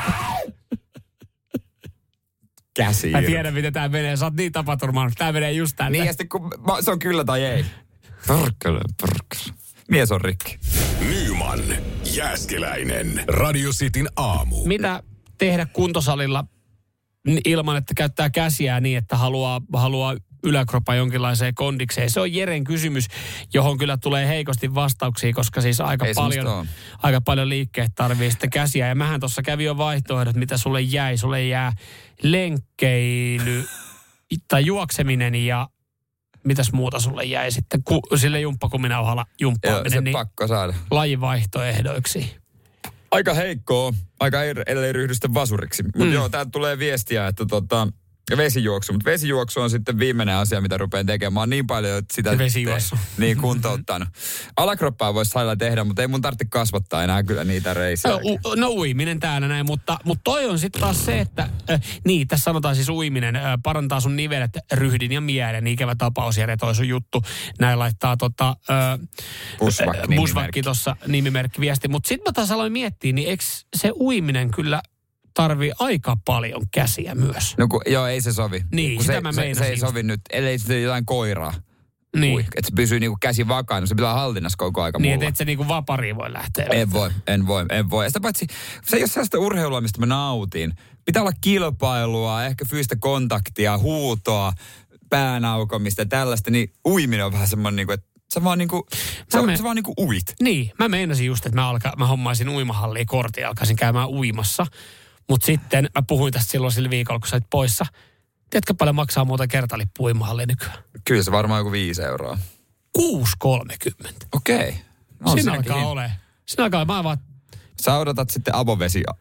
Käsi. Mä tiedän, miten tää menee. Sä oot niin tapaturmannut. Tää menee just tänne. Niin, ja sitten kun se on kyllä tai ei. Pörkkele, pörkkele. Mies on rikki. Nyman, Jääskeläinen. Radio Cityn aamu. Mitä tehdä kuntosalilla ilman, että käyttää käsiä niin, että haluaa, haluaa yläkroppa jonkinlaiseen kondikseen? Se on Jeren kysymys, johon kyllä tulee heikosti vastauksia, koska siis aika, paljon, aika paljon liikkeet tarvii sitten käsiä. Ja mähän tuossa kävi jo vaihtoehdot, mitä sulle jäi. Sulle jää lenkkeily tai juokseminen ja mitäs muuta sulle jäi sitten? Ku, sille jumppakuminauhalla jumppaaminen. Joo, se niin pakko saada. Lajivaihtoehdoiksi. Aika heikkoa. Aika ellei ryhdy sitten vasuriksi. Mutta mm. joo, täältä tulee viestiä, että tota, vesijuoksu. Mutta vesijuoksu on sitten viimeinen asia, mitä rupean tekemään. Mä oon niin paljon että sitä vesijuoksu. Te, niin kuntouttanut. Alakroppaa voisi sailla tehdä, mutta ei mun tarvitse kasvattaa enää kyllä niitä reisejä. No, u, no uiminen täällä näin, mutta, mutta toi on sitten taas se, että äh, niin, tässä sanotaan siis uiminen äh, parantaa sun nivelet, ryhdin ja mielen. Ikävä tapaus, Jere, toi sun juttu. Näin laittaa tota, äh, Busvakki, Busvakki tuossa nimimerkki viesti. Mutta sitten mä taas aloin miettiä, niin eikö se uiminen kyllä tarvii aika paljon käsiä myös. No kun, joo, ei se sovi. Niin, kun sitä se, mä se, meinasin. se ei sovi nyt, ellei sitten jotain koiraa. Niin. Ui, että se pysyy niinku käsi vakaana, se pitää hallinnassa koko aika niin, mulla. Niin, että et se niinku vapariin voi lähteä. En voi, en voi, en voi. Ja sitä paitsi, se ei ole sellaista urheilua, mistä mä nautin. Pitää olla kilpailua, ehkä fyysistä kontaktia, huutoa, päänaukomista ja tällaista, niin uiminen on vähän semmoinen niinku, että sä vaan niinku, sä, me... sä vaan niinku uit. Niin, mä meinasin just, että mä, alka, mä hommaisin uimahalliin kortin ja alkaisin käymään uimassa. Mutta sitten mä puhuin tästä silloin sillä viikolla, kun sä olit poissa. Tiedätkö paljon maksaa muuten kertalippu uimahalliin nykyään? Kyllä se varmaan joku viisi euroa. kuusi kolmekymmentä. Okei. Okay. Siinä alkaa ole. Siinä alkaa, mä vaan... Sä odotat sitten avovesi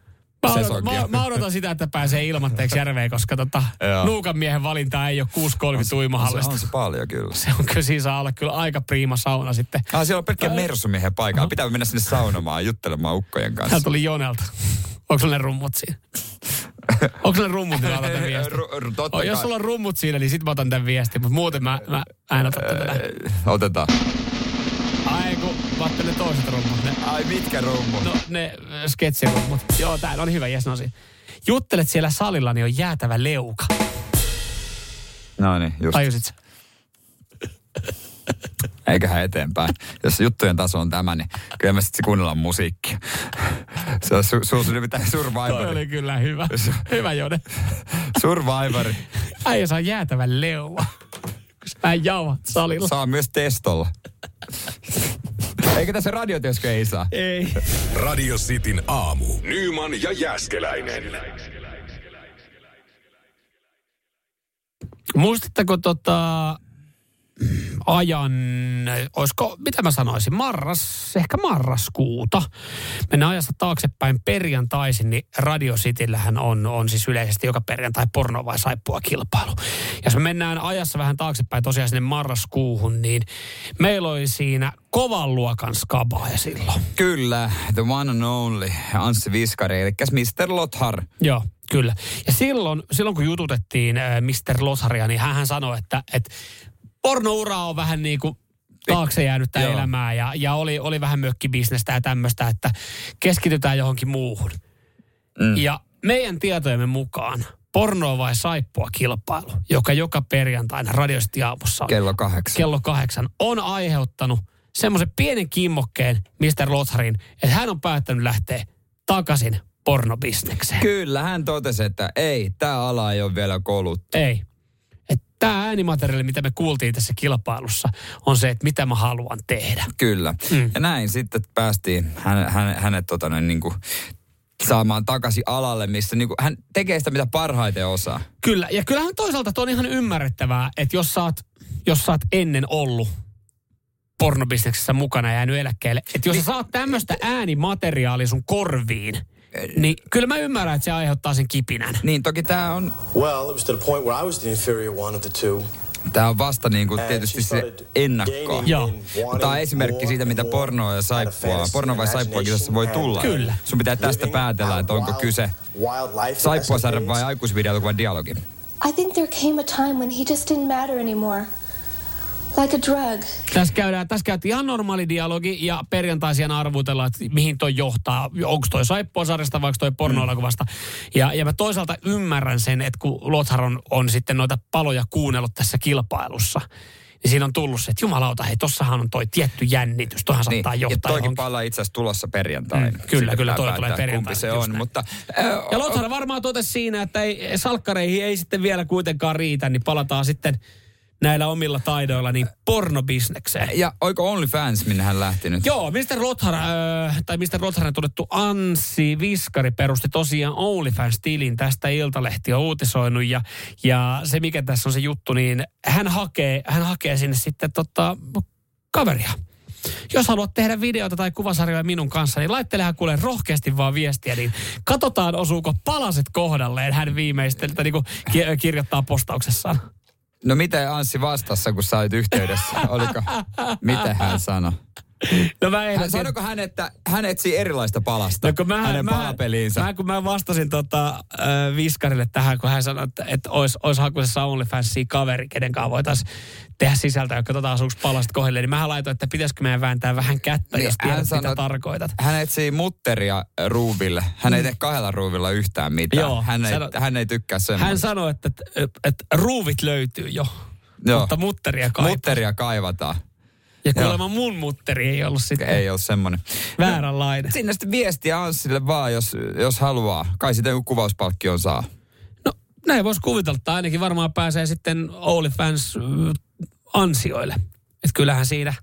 Mä odotan, mä, mä odotan sitä, että pääsee ilmatteeksi järveen, koska tota, nuukan miehen valinta ei ole kuusi kolmekymmentä uimahallista. On se, on se paljon kyllä. Se on kyllä, siinä saa olla kyllä aika priima sauna sitten. Ah, siellä on pelkkä mersumiehen paikalla. Pitää mennä sinne saunomaan, juttelemaan ukkojen kanssa. Täällä tuli Jonelta. Onko sulla ne rummut siinä? Onko sulla ne rummut, niin otan tämän viestin? Oh, jos sulla on rummut siinä, niin sit mä otan tämän viestin, mutta muuten mä, mä en ota tätä. Otetaan. Ai kun, mä otan ne toiset rummut. Ne, Ai mitkä rummut? No ne sketsirummut. Joo, tää on hyvä, jes, no siinä. Juttelet siellä salilla, niin on jäätävä leuka. No niin, just. Tajusit sä? Eiköhän eteenpäin. Jos juttujen taso on tämä, niin kyllä me sitten kuunnellaan musiikkia. Se on su- su- su- nimittäin Survivor. Toi oli kyllä hyvä. Hyvä, Jone. Survivor. Äijä saa jäätävän leua. Kun sä jauhat salilla. Saa myös testolla. Eikö tässä radiotyöskö ei saa? Ei. Radio Cityn aamu. Nyman ja Jääskeläinen. Muistatteko tota ajan, olisiko, mitä mä sanoisin, marras, ehkä marraskuuta. Mennään ajassa taaksepäin perjantaisin, niin Radio Cityllähän on, on siis yleisesti joka perjantai porno vai saippua kilpailu. Jos me mennään ajassa vähän taaksepäin tosiaan sinne marraskuuhun, niin meillä oli siinä kovan luokan skabaaja silloin. Kyllä, the one and only, Anssi Viskari, eli mister Lothar. Joo. Kyllä. Ja silloin, silloin kun jututettiin äh, mister Lotharia, niin hän sanoi, että, että pornoura on vähän niin kuin taakse jäänyttä Joo. elämää ja, ja oli, oli vähän mökkibisnestä ja tämmöistä, että keskitytään johonkin muuhun. Mm. Ja meidän tietojemme mukaan pornoa vai saippua kilpailu, joka joka perjantaina Radio City aamussa on. Kello kahdeksan. Kello kahdeksan on aiheuttanut semmoisen pienen kimmokkeen mister Lotharin, että hän on päättänyt lähteä takaisin pornobisnekseen. Kyllä, hän totesi, että ei, tämä ala ei ole vielä koluttu. Ei. Tämä äänimateriaali, mitä me kuultiin tässä kilpailussa, on se, että mitä mä haluan tehdä. Kyllä. Mm. Ja näin sitten päästiin hän, hän, hänet tota, niin kuin, saamaan takaisin alalle, missä niin kuin, hän tekee sitä, mitä parhaiten osaa. Kyllä. Ja kyllähän toisaalta on ihan ymmärrettävää, että jos sä oot, jos sä oot ennen ollut pornobisneksessä mukana ja jäänyt eläkkeelle, että jos sä saat tämmöistä äänimateriaalia sun korviin, niin kyllä mä ymmärrän, että se aiheuttaa sen kipinän. Niin, toki tää on... Well, it was to the point where I was the inferior one of the two. Tää on vasta niin kuin tietysti se ennakko. Joo. Tää on esimerkki siitä, mitä pornoa ja saippua, porno vai saippua kisassa voi tulla. Kyllä. Sun pitää tästä päätellä, että onko kyse saippuasarja vai aikuisvideoelokuvan dialogi. I think there came a time when he just didn't matter anymore. Like a drug. Tässä käydään, tässä käytiin ihan normaali dialogi ja perjantaisiaan arvutellaan, että mihin toi johtaa. Onko toi saippuasarjasta vai onko toi pornoelokuvasta. Ja, ja mä toisaalta ymmärrän sen, että kun Lothar on, on sitten noita paloja kuunnellut tässä kilpailussa, niin siinä on tullut se, että jumalauta, hei, tossahan on toi tietty jännitys. Toihan niin, saattaa johtaa ja toikin johonkin. pala itse asiassa tulossa perjantaina. Mm, kyllä, Sitten kyllä, toi tulee perjantaina. Kumpi se on, mutta... Ja Lothar varmaan totesi siinä, että ei, salkkareihin ei sitten vielä kuitenkaan riitä, niin palataan sitten näillä omilla taidoilla niin pornobisnekseen. Ja oiko OnlyFans, minne hän lähti nyt? Joo, mister Lothar, äh, tai mister Lotharin tunnettu Anssi Viskari perusti tosiaan OnlyFans-tilin. Tästä Iltalehti on uutisoinut. Ja, ja se, mikä tässä on se juttu, niin hän hakee, hän hakee sinne sitten tota, kaveria. Jos haluat tehdä videota tai kuvasarjoja minun kanssa, niin laittelehan kuule rohkeasti vaan viestiä, niin katsotaan osuuko palaset kohdalleen. Hän viimeisteltä niin kuin kirjoittaa postauksessaan. No miten Anssi vastassa, kun sä olit yhteydessä? Oliko? Miten hän sanoi? No mä hän, sanoiko hän, että hän etsii erilaista palasta no, mä, hänen mä, palapeliinsä? Mä, kun mä vastasin tota, äh, Viskarille tähän, kun hän sanoi, että, että olisi, olisi hakuisessa OnlyFansia kaveri, kenen kanssa voitaisiin tehdä sisältöä, joka katsotaan asuuko palasta kohdille. Niin mä laitoin, että pitäisikö meidän vääntää vähän kättä, niin jos tiedät, sanoi, mitä tarkoitat. Hän etsii mutteria ruuville. Hän ei tee kahdella ruuvilla yhtään mitään. Joo, hän, ei, sano, hän ei tykkää semmoista. Hän sanoi, että, että, että ruuvit löytyy jo, Joo. mutta mutteria kaivataan. Mutteria kaivataan. Ja kuulemma mun mutteri ei ollut sitten ei ole semmoinen vääränlainen. No, sinne sitten viestiä Anssille vaan, jos, jos haluaa. Kai sitten joku kuvauspalkkion saa. No näin voisi kuvitella, että ainakin varmaan pääsee sitten OnlyFans ansioille. Että kyllähän siinä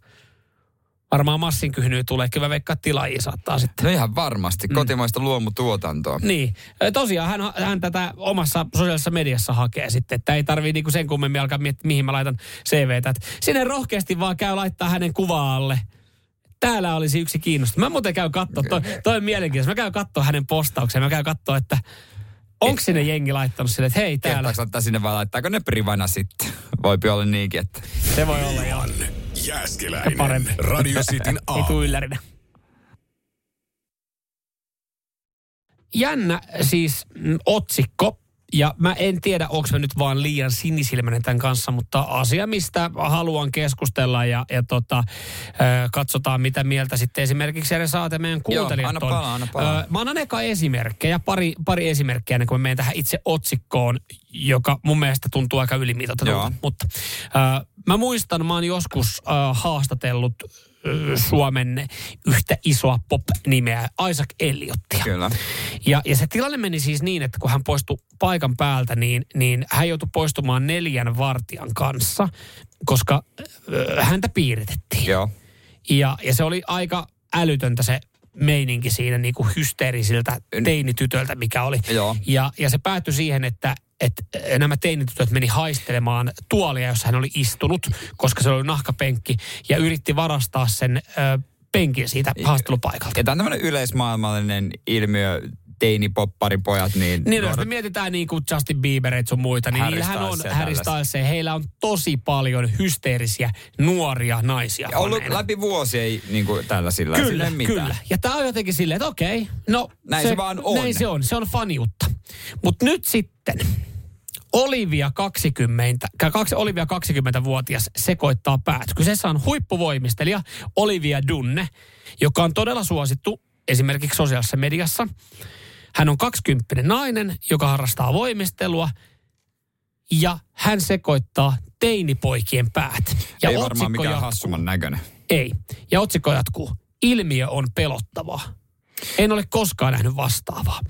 varmaan massinkyhnyä tulee. Kyllä mä veikkaan, että tilaajia saattaa sitten. No ihan varmasti. Mm. Kotimaista luomutuotantoa. Niin. Tosiaan hän, hän tätä omassa sosiaalisessa mediassa hakee sitten. Että ei tarvii niinku sen kummemmin alkaa miettiä, mihin mä laitan C V:tä. Et sinne rohkeasti vaan käy laittaa hänen kuvaa alle. täällä olisi yksi kiinnostunut. Mä muuten käyn katsoa, toi, toi on mielenkiintoista. Mä käyn katsoa hänen postaukseen. Mä käyn katsoa, että onko sinne jengi laittanut sille, että hei täällä. Kehtaako ottaa sinne vai laittaako ne privana sitten? Voipi olla niinkin, että... Se voi olla joo. Jääskeläinen. Parempi. Radio Cityn Ei aamu. tuu yllärinä. Jännä siis mm, otsikko. Ja mä en tiedä, onko mä nyt vaan liian sinisilmäinen tämän kanssa, mutta asia, mistä haluan keskustella ja, ja tota, ö, katsotaan, mitä mieltä sitten esimerkiksi edes saatte meidän kuuntelijat. Joo, anna palaa, anna palaa. Ö, mä annan eka esimerkkejä, pari, pari esimerkkiä ennen kuin mä menen tähän itse otsikkoon, joka mun mielestä tuntuu aika ylimitoitetulta. Mutta ö, mä muistan, mä oon joskus ö, haastatellut Suomen yhtä isoa pop-nimeä, Isaac Elliotia. Kyllä. Ja, ja se tilanne meni siis niin, että kun hän poistui paikan päältä, niin, niin hän joutui poistumaan neljän vartijan kanssa, koska äh, häntä piiritettiin. Joo. Ja, ja se oli aika älytöntä se meininki siinä niin kuin hysteerisiltä teinitytöltä, mikä oli. Joo. Ja, ja se päättyi siihen, että että nämä teinitytöt meni haistelemaan tuolia, jossa hän oli istunut, koska se oli nahkapenkki, ja yritti varastaa sen ö, penkin siitä haastelupaikalta. Ja tämä on tämmöinen yleismaailmallinen ilmiö, teinipoppari-pojat, niin... Niin, jos me mietitään niin kuin Justin Bieberit sun muita, niin niillähän on Harry Styles, heillä on tosi paljon hysteerisiä nuoria naisia. Ja ollut läpi vuosia ei niin kuin tällaisilla. Kyllä, kyllä. Ja tämä on jotenkin silleen, että okei, no... Näin se, se vaan on. Näin se on, se on faniutta. Mutta nyt sitten... Olivia kaksikymmentä, kaksi, Olivia kaksikymmentävuotias sekoittaa päät. Kyseessä on huippuvoimistelija Olivia Dunne, joka on todella suosittu esimerkiksi sosiaalisessa mediassa. Hän on kaksikymppinen nainen, joka harrastaa voimistelua ja hän sekoittaa teinipoikien päät. Ja ei varmaan mikään jatkuu. Hassuman näköinen. Ei. Ja otsikko jatkuu. Ilmiö on pelottavaa. En ole koskaan nähnyt vastaavaa.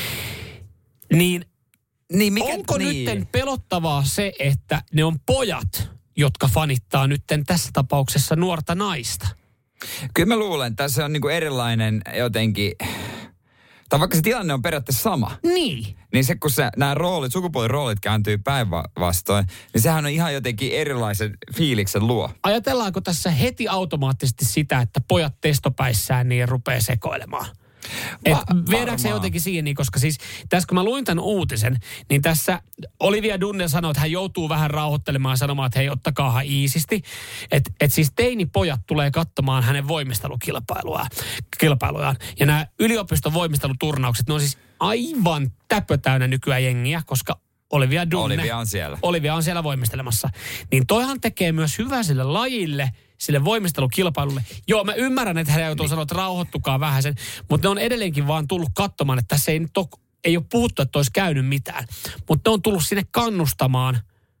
Niin Niin, mikä, onko niin. nytten pelottavaa se, että ne on pojat, jotka fanittaa nytten tässä tapauksessa nuorta naista? Kyllä mä luulen, että tässä on niinku erilainen jotenkin... Tai vaikka se tilanne on periaatteessa sama. Niin. Niin se, kun se, nämä roolit, sukupuoliroolit kääntyy päinvastoin, niin sehän on ihan jotenkin erilaisen fiiliksen luo. Ajatellaanko tässä heti automaattisesti sitä, että pojat testopäissään niin rupeaa sekoilemaan? Et viedäänkö se jotenkin siihen, koska siis tässä kun mä luin tämän uutisen, niin tässä Olivia Dunne sanoi, että hän joutuu vähän rauhoittelemaan ja sanomaan, että hei, ottakaahan iisisti. Että et siis teinipojat tulee katsomaan hänen voimistelukilpailujaan. Kilpailujaan. Ja nämä yliopiston voimisteluturnaukset, ne on siis aivan täpötäynnä nykyään jengiä, koska Olivia Dunne... Olivia on siellä. Olivia on siellä voimistelemassa. Niin toihan tekee myös hyvää sille lajille, sille voimistelukilpailulle. Joo, mä ymmärrän, että hän joutuu niin. sanoa, että rauhoittukaa vähän sen, mutta ne on edelleenkin vaan tullut katsomaan, että tässä ei nyt ole, ei ole puhuttu, että olisi käynyt mitään. Mutta ne on tullut sinne kannustamaan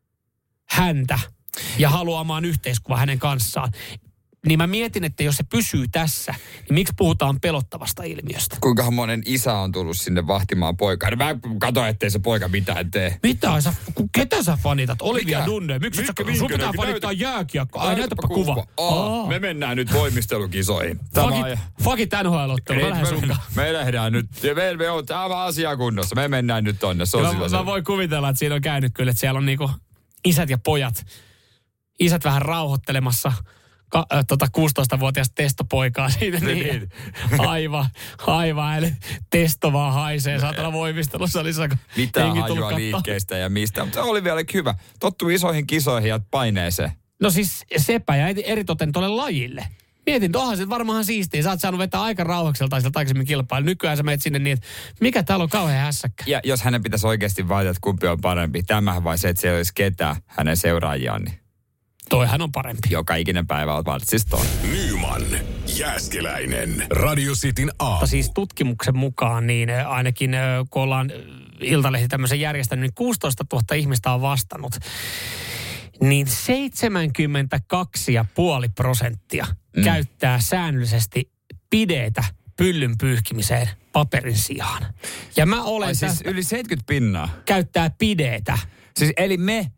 häntä ja haluamaan yhteiskuva hänen kanssaan. Niin mä mietin, että jos se pysyy tässä, niin miksi puhutaan pelottavasta ilmiöstä? Kuinka monen isä on tullut sinne vahtimaan poikaa? No mä katson, ettei se poika mitään tee. Mitä sä, ketä sä fanitat? Olivia Mikä? Dunne. Miksi Mikä, sä, minkä, sun pitää näytä, fanittaa jääkiekkoa? Ai näytäpä näytäpä kuva. kuva. Aa, me mennään nyt voimistelukisoihin. Fakit, fakit N H L-ottelu. Mä lähden sunkaan. Me lähdään nyt. Ja me, me on tämä asia kunnossa. Me mennään nyt tonne. Se on mä, mä voin kuvitella, että siinä on käynyt kyllä, että siellä on niinku isät ja pojat. Isät vähän rauhoittelemassa Ka, äh, tota kuusitoistavuotias testopoikaa siinä. Niin. Aivan, aivan. Eli testo vaan haisee. Saatana voimistelusalissa. Mitä hajua liikkeestä ja mistä. Mutta se oli vielä hyvä. Tottuu isoihin kisoihin ja paineeseen. No siis sepä ja eritoten tuolle lajille. Mietin, onhan se varmaan siistiä. Sä oot saanut vetää aika rauhakselta sieltä aikaisemmin kilpailu. Nykyään sä menet sinne niin, että mikä täällä on kauhean hässäkkä. Ja jos hänen pitäisi oikeasti valita, että kumpi on parempi. Tämähän vai se, että siellä olisi ketään hänen seuraajiaan, niin toihan on parempi. Joka ikinen päivä on vartsista. Nyman, Jääskeläinen, Radio Cityn aamu. Siis tutkimuksen mukaan, niin ainakin kun ollaan Iltalehti tämmöisen järjestänyt, niin kuusitoistatuhatta ihmistä on vastannut. Niin seitsemänkymmentäkaksi pilkku viisi prosenttia mm. käyttää säännöllisesti pideitä pyllyn pyyhkimiseen paperin sijaan. Ja mä olen Ai siis yli seitsemänkymmentä pinnaa. Käyttää pideitä. Siis eli me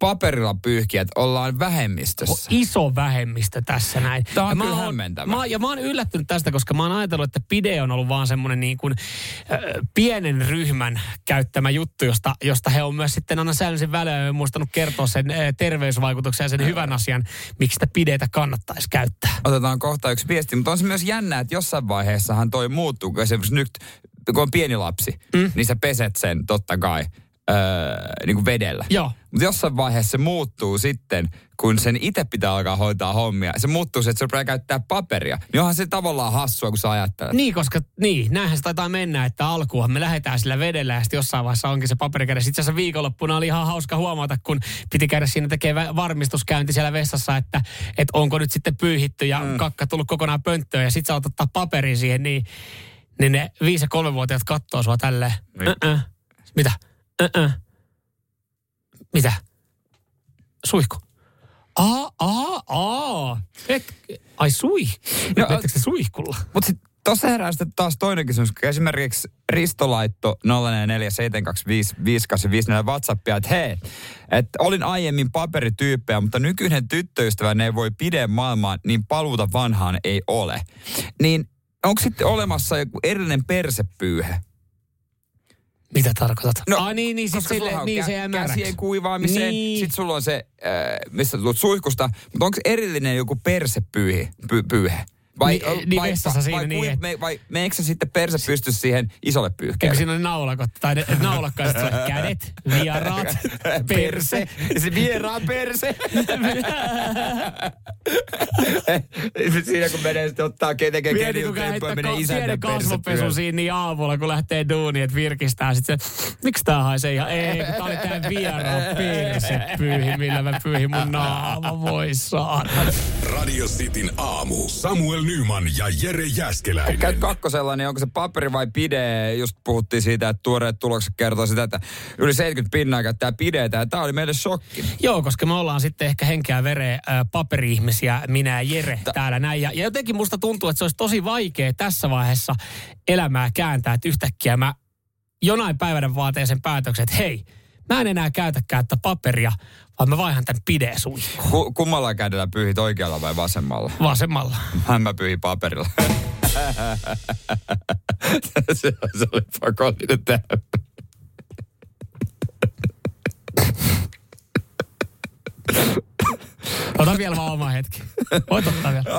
paperilla pyyhkijät ollaan vähemmistössä. Iso vähemmistö tässä näin. Tämä on ja kyllä mä hämmentävä. Mä, ja mä oon yllättynyt tästä, koska mä oon ajatellut, että pide on ollut vaan semmoinen niin kuin äh, pienen ryhmän käyttämä juttu, josta, josta he on myös sitten aina säännöllisen välein muistanut kertoa sen äh, terveysvaikutuksen ja sen hyvän asian, miksi sitä pideitä kannattaisi käyttää. Otetaan kohta yksi viesti, mutta on se myös jännä, että jossain vaiheessahan toi muuttuu, kun esimerkiksi nyt, kun on pieni lapsi, mm. niin sä peset sen totta kai öö, niin kuin vedellä. Joo. Mutta jossain vaiheessa se muuttuu sitten, kun sen itse pitää alkaa hoitaa hommia. Se muuttuu se, että se rupeaa käyttää paperia. Niin onhan se tavallaan hassua, kun sä ajattelet. Niin, koska niin, näinhän se taitaa mennä, että alkuun me lähdetään sillä vedellä ja sitten jossain vaiheessa onkin se paperi kädessä. Itse asiassa viikonloppuna oli ihan hauska huomata, kun piti käydä siinä tekemään varmistuskäynti siellä vessassa, että, että onko nyt sitten pyyhitty ja mm. kakka tullut kokonaan pönttöön ja sitten sä oot ottaa paperin siihen, niin, niin ne viisi- ja kolmevuotiaat kattoo sua tälleen. Äh-äh. Mitä? Äh-äh. Mitä? Suihku. Aa, aa, aa. Et, ai sui. No, Vettekö se suihkulla? Mutta sitten tuossa herää sitten taas toinen kysymys. Esimerkiksi Risto laitto nolla neljä neljä seitsemän kaksi viisi viisi kahdeksan viisi neljä WhatsAppia, että hei, että olin aiemmin paperityyppejä, mutta nykyinen tyttöystäväni ei voi pideen maailmaan, niin paluuta vanhaan ei ole. Niin onko sitten olemassa joku erillinen persepyyhe? Mitä tarkoitat? No, ah, niin, niin, siis sille, niin kä- se jää märäksi. Käsien kuivaamiseen, niin. Sitten sulla on se, äh, mistä tulet suihkusta, mutta onko erillinen joku persepyyhe? Py, pyyhe? Vai, niin, niin vai, vessassa vai, siinä vai, niin, vai, vai meneekö se sitten perse pysty siihen isolle pyyhkeelle? Eikö siinä ole naulakot? Tai ne, naulakkaiset sulle kädet, vieraat, perse. Se vieraan perse. Siinä kun menee sitten ottaa ketenkään kediutempua ja menee isännän kasvopesu siinä niin aamulla, kun lähtee duuniin, että virkistää. Sitten se, miksi tää haisee ihan? Ei, kun tää oli tää vieraan perse pyyhi, millä mä pyyhin mun naama. Voi saada. Radio Cityn aamu. Samuel Nyman ja Jere Jääskeläinen. Käyt kakkosella, niin onko se paperi vai pide? Just puhuttiin siitä, että tuoreet tulokset kertoo sitä, että yli seitsemänkymmentä pinnaa käyttää pidetä. Ja tää oli meille shokki. Joo, koska me ollaan sitten ehkä henkeä vereä äh, paperi-ihmisiä, minä ja Jere Ta- täällä näin. Ja, ja jotenkin musta tuntuu, että se olisi tosi vaikea tässä vaiheessa elämää kääntää, että yhtäkkiä mä jonain päivänä vaan teen sen päätöksen, että hei, mä en enää käytäkään tätä paperia, vaan mä vaihan tän pideen suihkuun. Ku, kummalla kädellä pyyhit, oikealla vai vasemmalla? Vasemmalla. Mä pyyhin paperilla. se, se oli pakollinen tehdä. Ota vielä vaan oma hetki. Voit ottaa vielä.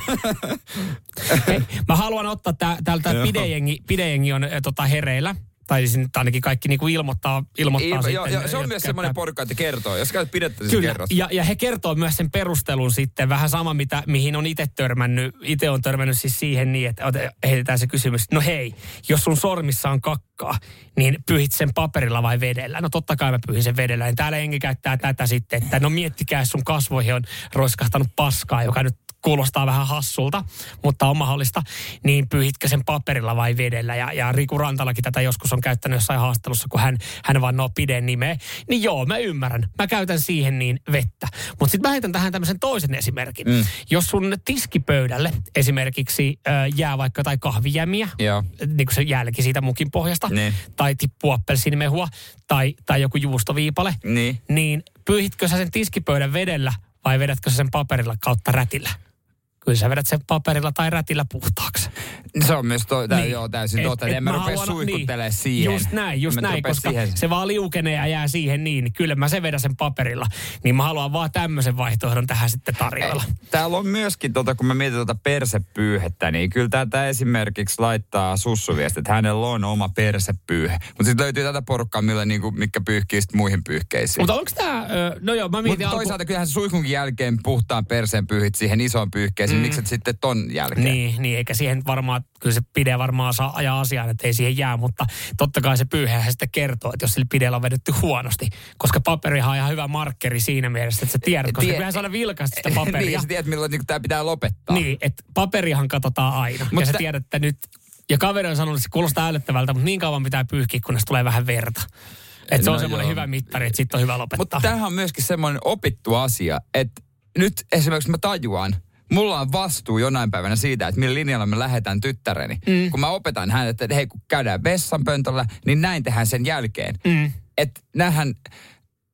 Hei, mä haluan ottaa tää, täältä pidejengi, pidejengi on e, tota, hereillä. Tai siis nyt ainakin kaikki niinku ilmoittaa, ilmoittaa I, sitten. Jo, jo, se on myös semmoinen porukka, että kertoo. Jos käyt pidettä, niin kyllä, kerros. ja, ja he kertoo myös sen perustelun sitten. Vähän sama, mitä, mihin on itse törmännyt. Itse on törmännyt siis siihen niin, että heitetään se kysymys. No hei, jos sun sormissa on kakkaa, niin pyyhit sen paperilla vai vedellä? No totta kai mä pyyhin sen vedellä. Niin täällä enkä käyttää tätä sitten, että no miettikää, sun kasvoihin on roiskahtanut paskaa, joka nyt kuulostaa vähän hassulta, mutta on mahdollista, niin pyyhitkö sen paperilla vai vedellä? Ja, ja Riku Rantalakin tätä joskus on käyttänyt jossain haastattelussa, kun hän, hän vannoo pideen nimeä. Niin joo, mä ymmärrän. Mä käytän siihen niin vettä. Mutta sitten mä heitän tähän tämmöisen toisen esimerkin. Mm. Jos sun tiskipöydälle esimerkiksi äh, jää vaikka jotain kahvijämiä, joo, niin kuin se jälki siitä mukin pohjasta, niin, tai tippuu appelsiinimehua, tai, tai joku juustoviipale, niin, niin pyyhitkö sä sen tiskipöydän vedellä vai vedätkö sä sen paperilla kautta rätillä? Kyllä sä vedät sen paperilla tai rätillä puhtaaksi. Se on myös to, tä, niin, joo, täysin totta. En mä rupea suihkuttelemaan niin, siihen. Just näin, just näin, koska siihen. Se vaan liukenee ja jää siihen niin. niin kyllä mä sen vedän sen paperilla. Niin mä haluan vaan tämmöisen vaihtoehdon tähän sitten tarjolla. Täällä on myöskin, tota, kun mä mietin tuota persepyyhettä, niin kyllä tätä esimerkiksi laittaa sussuviesti, että hänellä on oma persepyyhe. Mutta sitten löytyy tätä porukkaa, millä, niin kuin, mikä pyyhkii sitten muihin pyyhkeisiin. Mutta onko tämä, no joo, mä mietin... Mutta toisaalta alku... kyllähän suihkunkin jälkeen puhtaan perseen pyyhit siihen isoon pyyhkeeseen. Mm. Miksi et sitten ton jälkeen? Niin, niin, eikä siihen varmaan, kyllä se pide varmaan saa ajaa asiaan, että ei siihen jää, mutta totta kai se pyyhehän sitten kertoo, että jos sillä pideellä on vedetty huonosti, koska paperihan on ihan hyvä markkeri siinä mielessä, että sä tiedät, koska kyllähän saada vilkaista sitä paperia. Niin, sä tiedät, milloin niin tämä pitää lopettaa. Niin, että paperihan katsotaan aina. Mutta ja sä tiedät, että nyt, ja kaveri on sanonut, että se kuulostaa älyttävältä, mutta niin kauan pitää pyyhkiä, kunnes tulee vähän verta. Että se no on semmoinen hyvä mittari, että sitten on hyvä lopettaa. Mutta tämähän on myöskin semmoinen opittu asia, että nyt esimerkiksi mä tajuan, mulla on vastuu jonain päivänä siitä, että millä linjalla me lähdetään tyttäreni. Mm. Kun mä opetan hänelle, että hei, kun käydään vessanpöntöllä, niin näin tehdään sen jälkeen. Mm. Että näähän,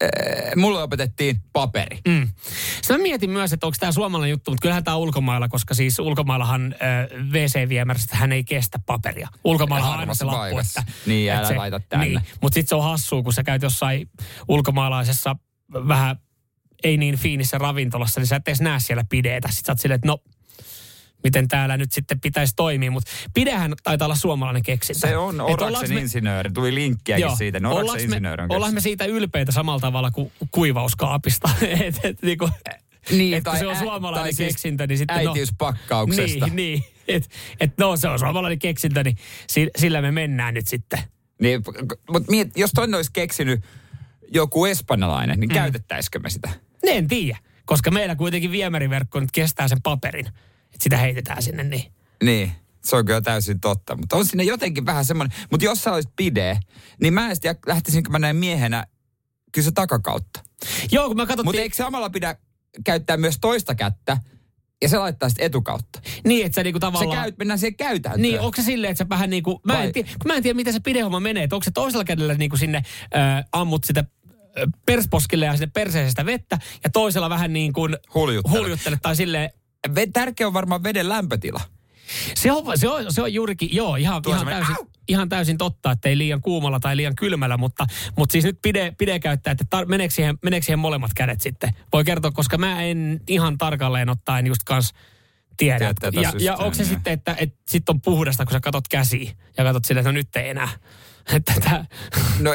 äh, mulle opetettiin paperi. Mm. Sitten mä mietin myös, että onko tämä suomalainen juttu, mutta kyllähän tämä ulkomailla, koska siis ulkomaillahan äh, W C-viemärästä hän ei kestä paperia. Ulkomailla on aina se lappu, paikassa. että... Niin, älä se, laita tänne. Niin, mutta sitten se on hassua, kun sä käyt jossain ulkomaalaisessa vähän ei niin fiinissä ravintolassa, niin sä et edes näe siellä pideetä. Sitten sä oot silleen, että no... miten täällä nyt sitten pitäisi toimia, mutta pidehän taitaa olla suomalainen keksintö. Se on Oraksen me... insinööri, tuli linkkiäkin joo, siitä. No, Oraksen insinööri on keksintö. Ollaan me siitä ylpeitä samalla tavalla kuin kuivauskaapista. et, et, niinku, niin, et, kun se on suomalainen ä, keksintö, niin sitten... äitiyspakkauksesta. No, niin, niin. Että et, no se on suomalainen keksintö, niin sillä me mennään nyt sitten. Niin, mutta miet, jos toinen olisi keksinyt joku espanjalainen, niin mm. käytettäisikö me sitä? En tiedä, koska meillä kuitenkin viemäriverkko nyt kestää sen paperin. Että sitä heitetään sinne, niin. Niin, se on kyllä täysin totta. Mutta on siinä jotenkin vähän semmoinen, mutta jos sä olisit pide, niin mä en tiedä, lähtisinkö mä näin miehenä kyllä se takakautta. Joo, kun mä katsottiin... Mutta eikö samalla pidä käyttää myös toista kättä ja se laittaa sitten etukautta? Niin, että sä niinku tavallaan... Se käy, mennään siihen käytäntöön. Niin, onko se silleen, että sä vähän niinku... Mä en, tiedä, mä en tiedä, miten se pidehomma menee. Että onko se toisella kädellä niinku sinne äh, ammut sitä persposkille ja sinne perseesestä vettä ja toisella vähän niin kuin... Huljuttelet. Huljuttelet tai silleen... Tärkeä on varmaan veden lämpötila. Se on, se on, se on juurikin, joo, ihan, ihan, täysin, ihan täysin totta, että ei liian kuumalla tai liian kylmällä, mutta, mutta siis nyt pide, pide käyttää, että tar, meneekö, siihen, meneekö siihen molemmat kädet sitten? Voi kertoa, koska mä en ihan tarkalleen ottaen just kans tiedä. Ja, ja, ja onko se sitten, että et sit on puhdasta, kun sä katot käsiä ja katot silleen, että no nyt ei enää. Että tää... No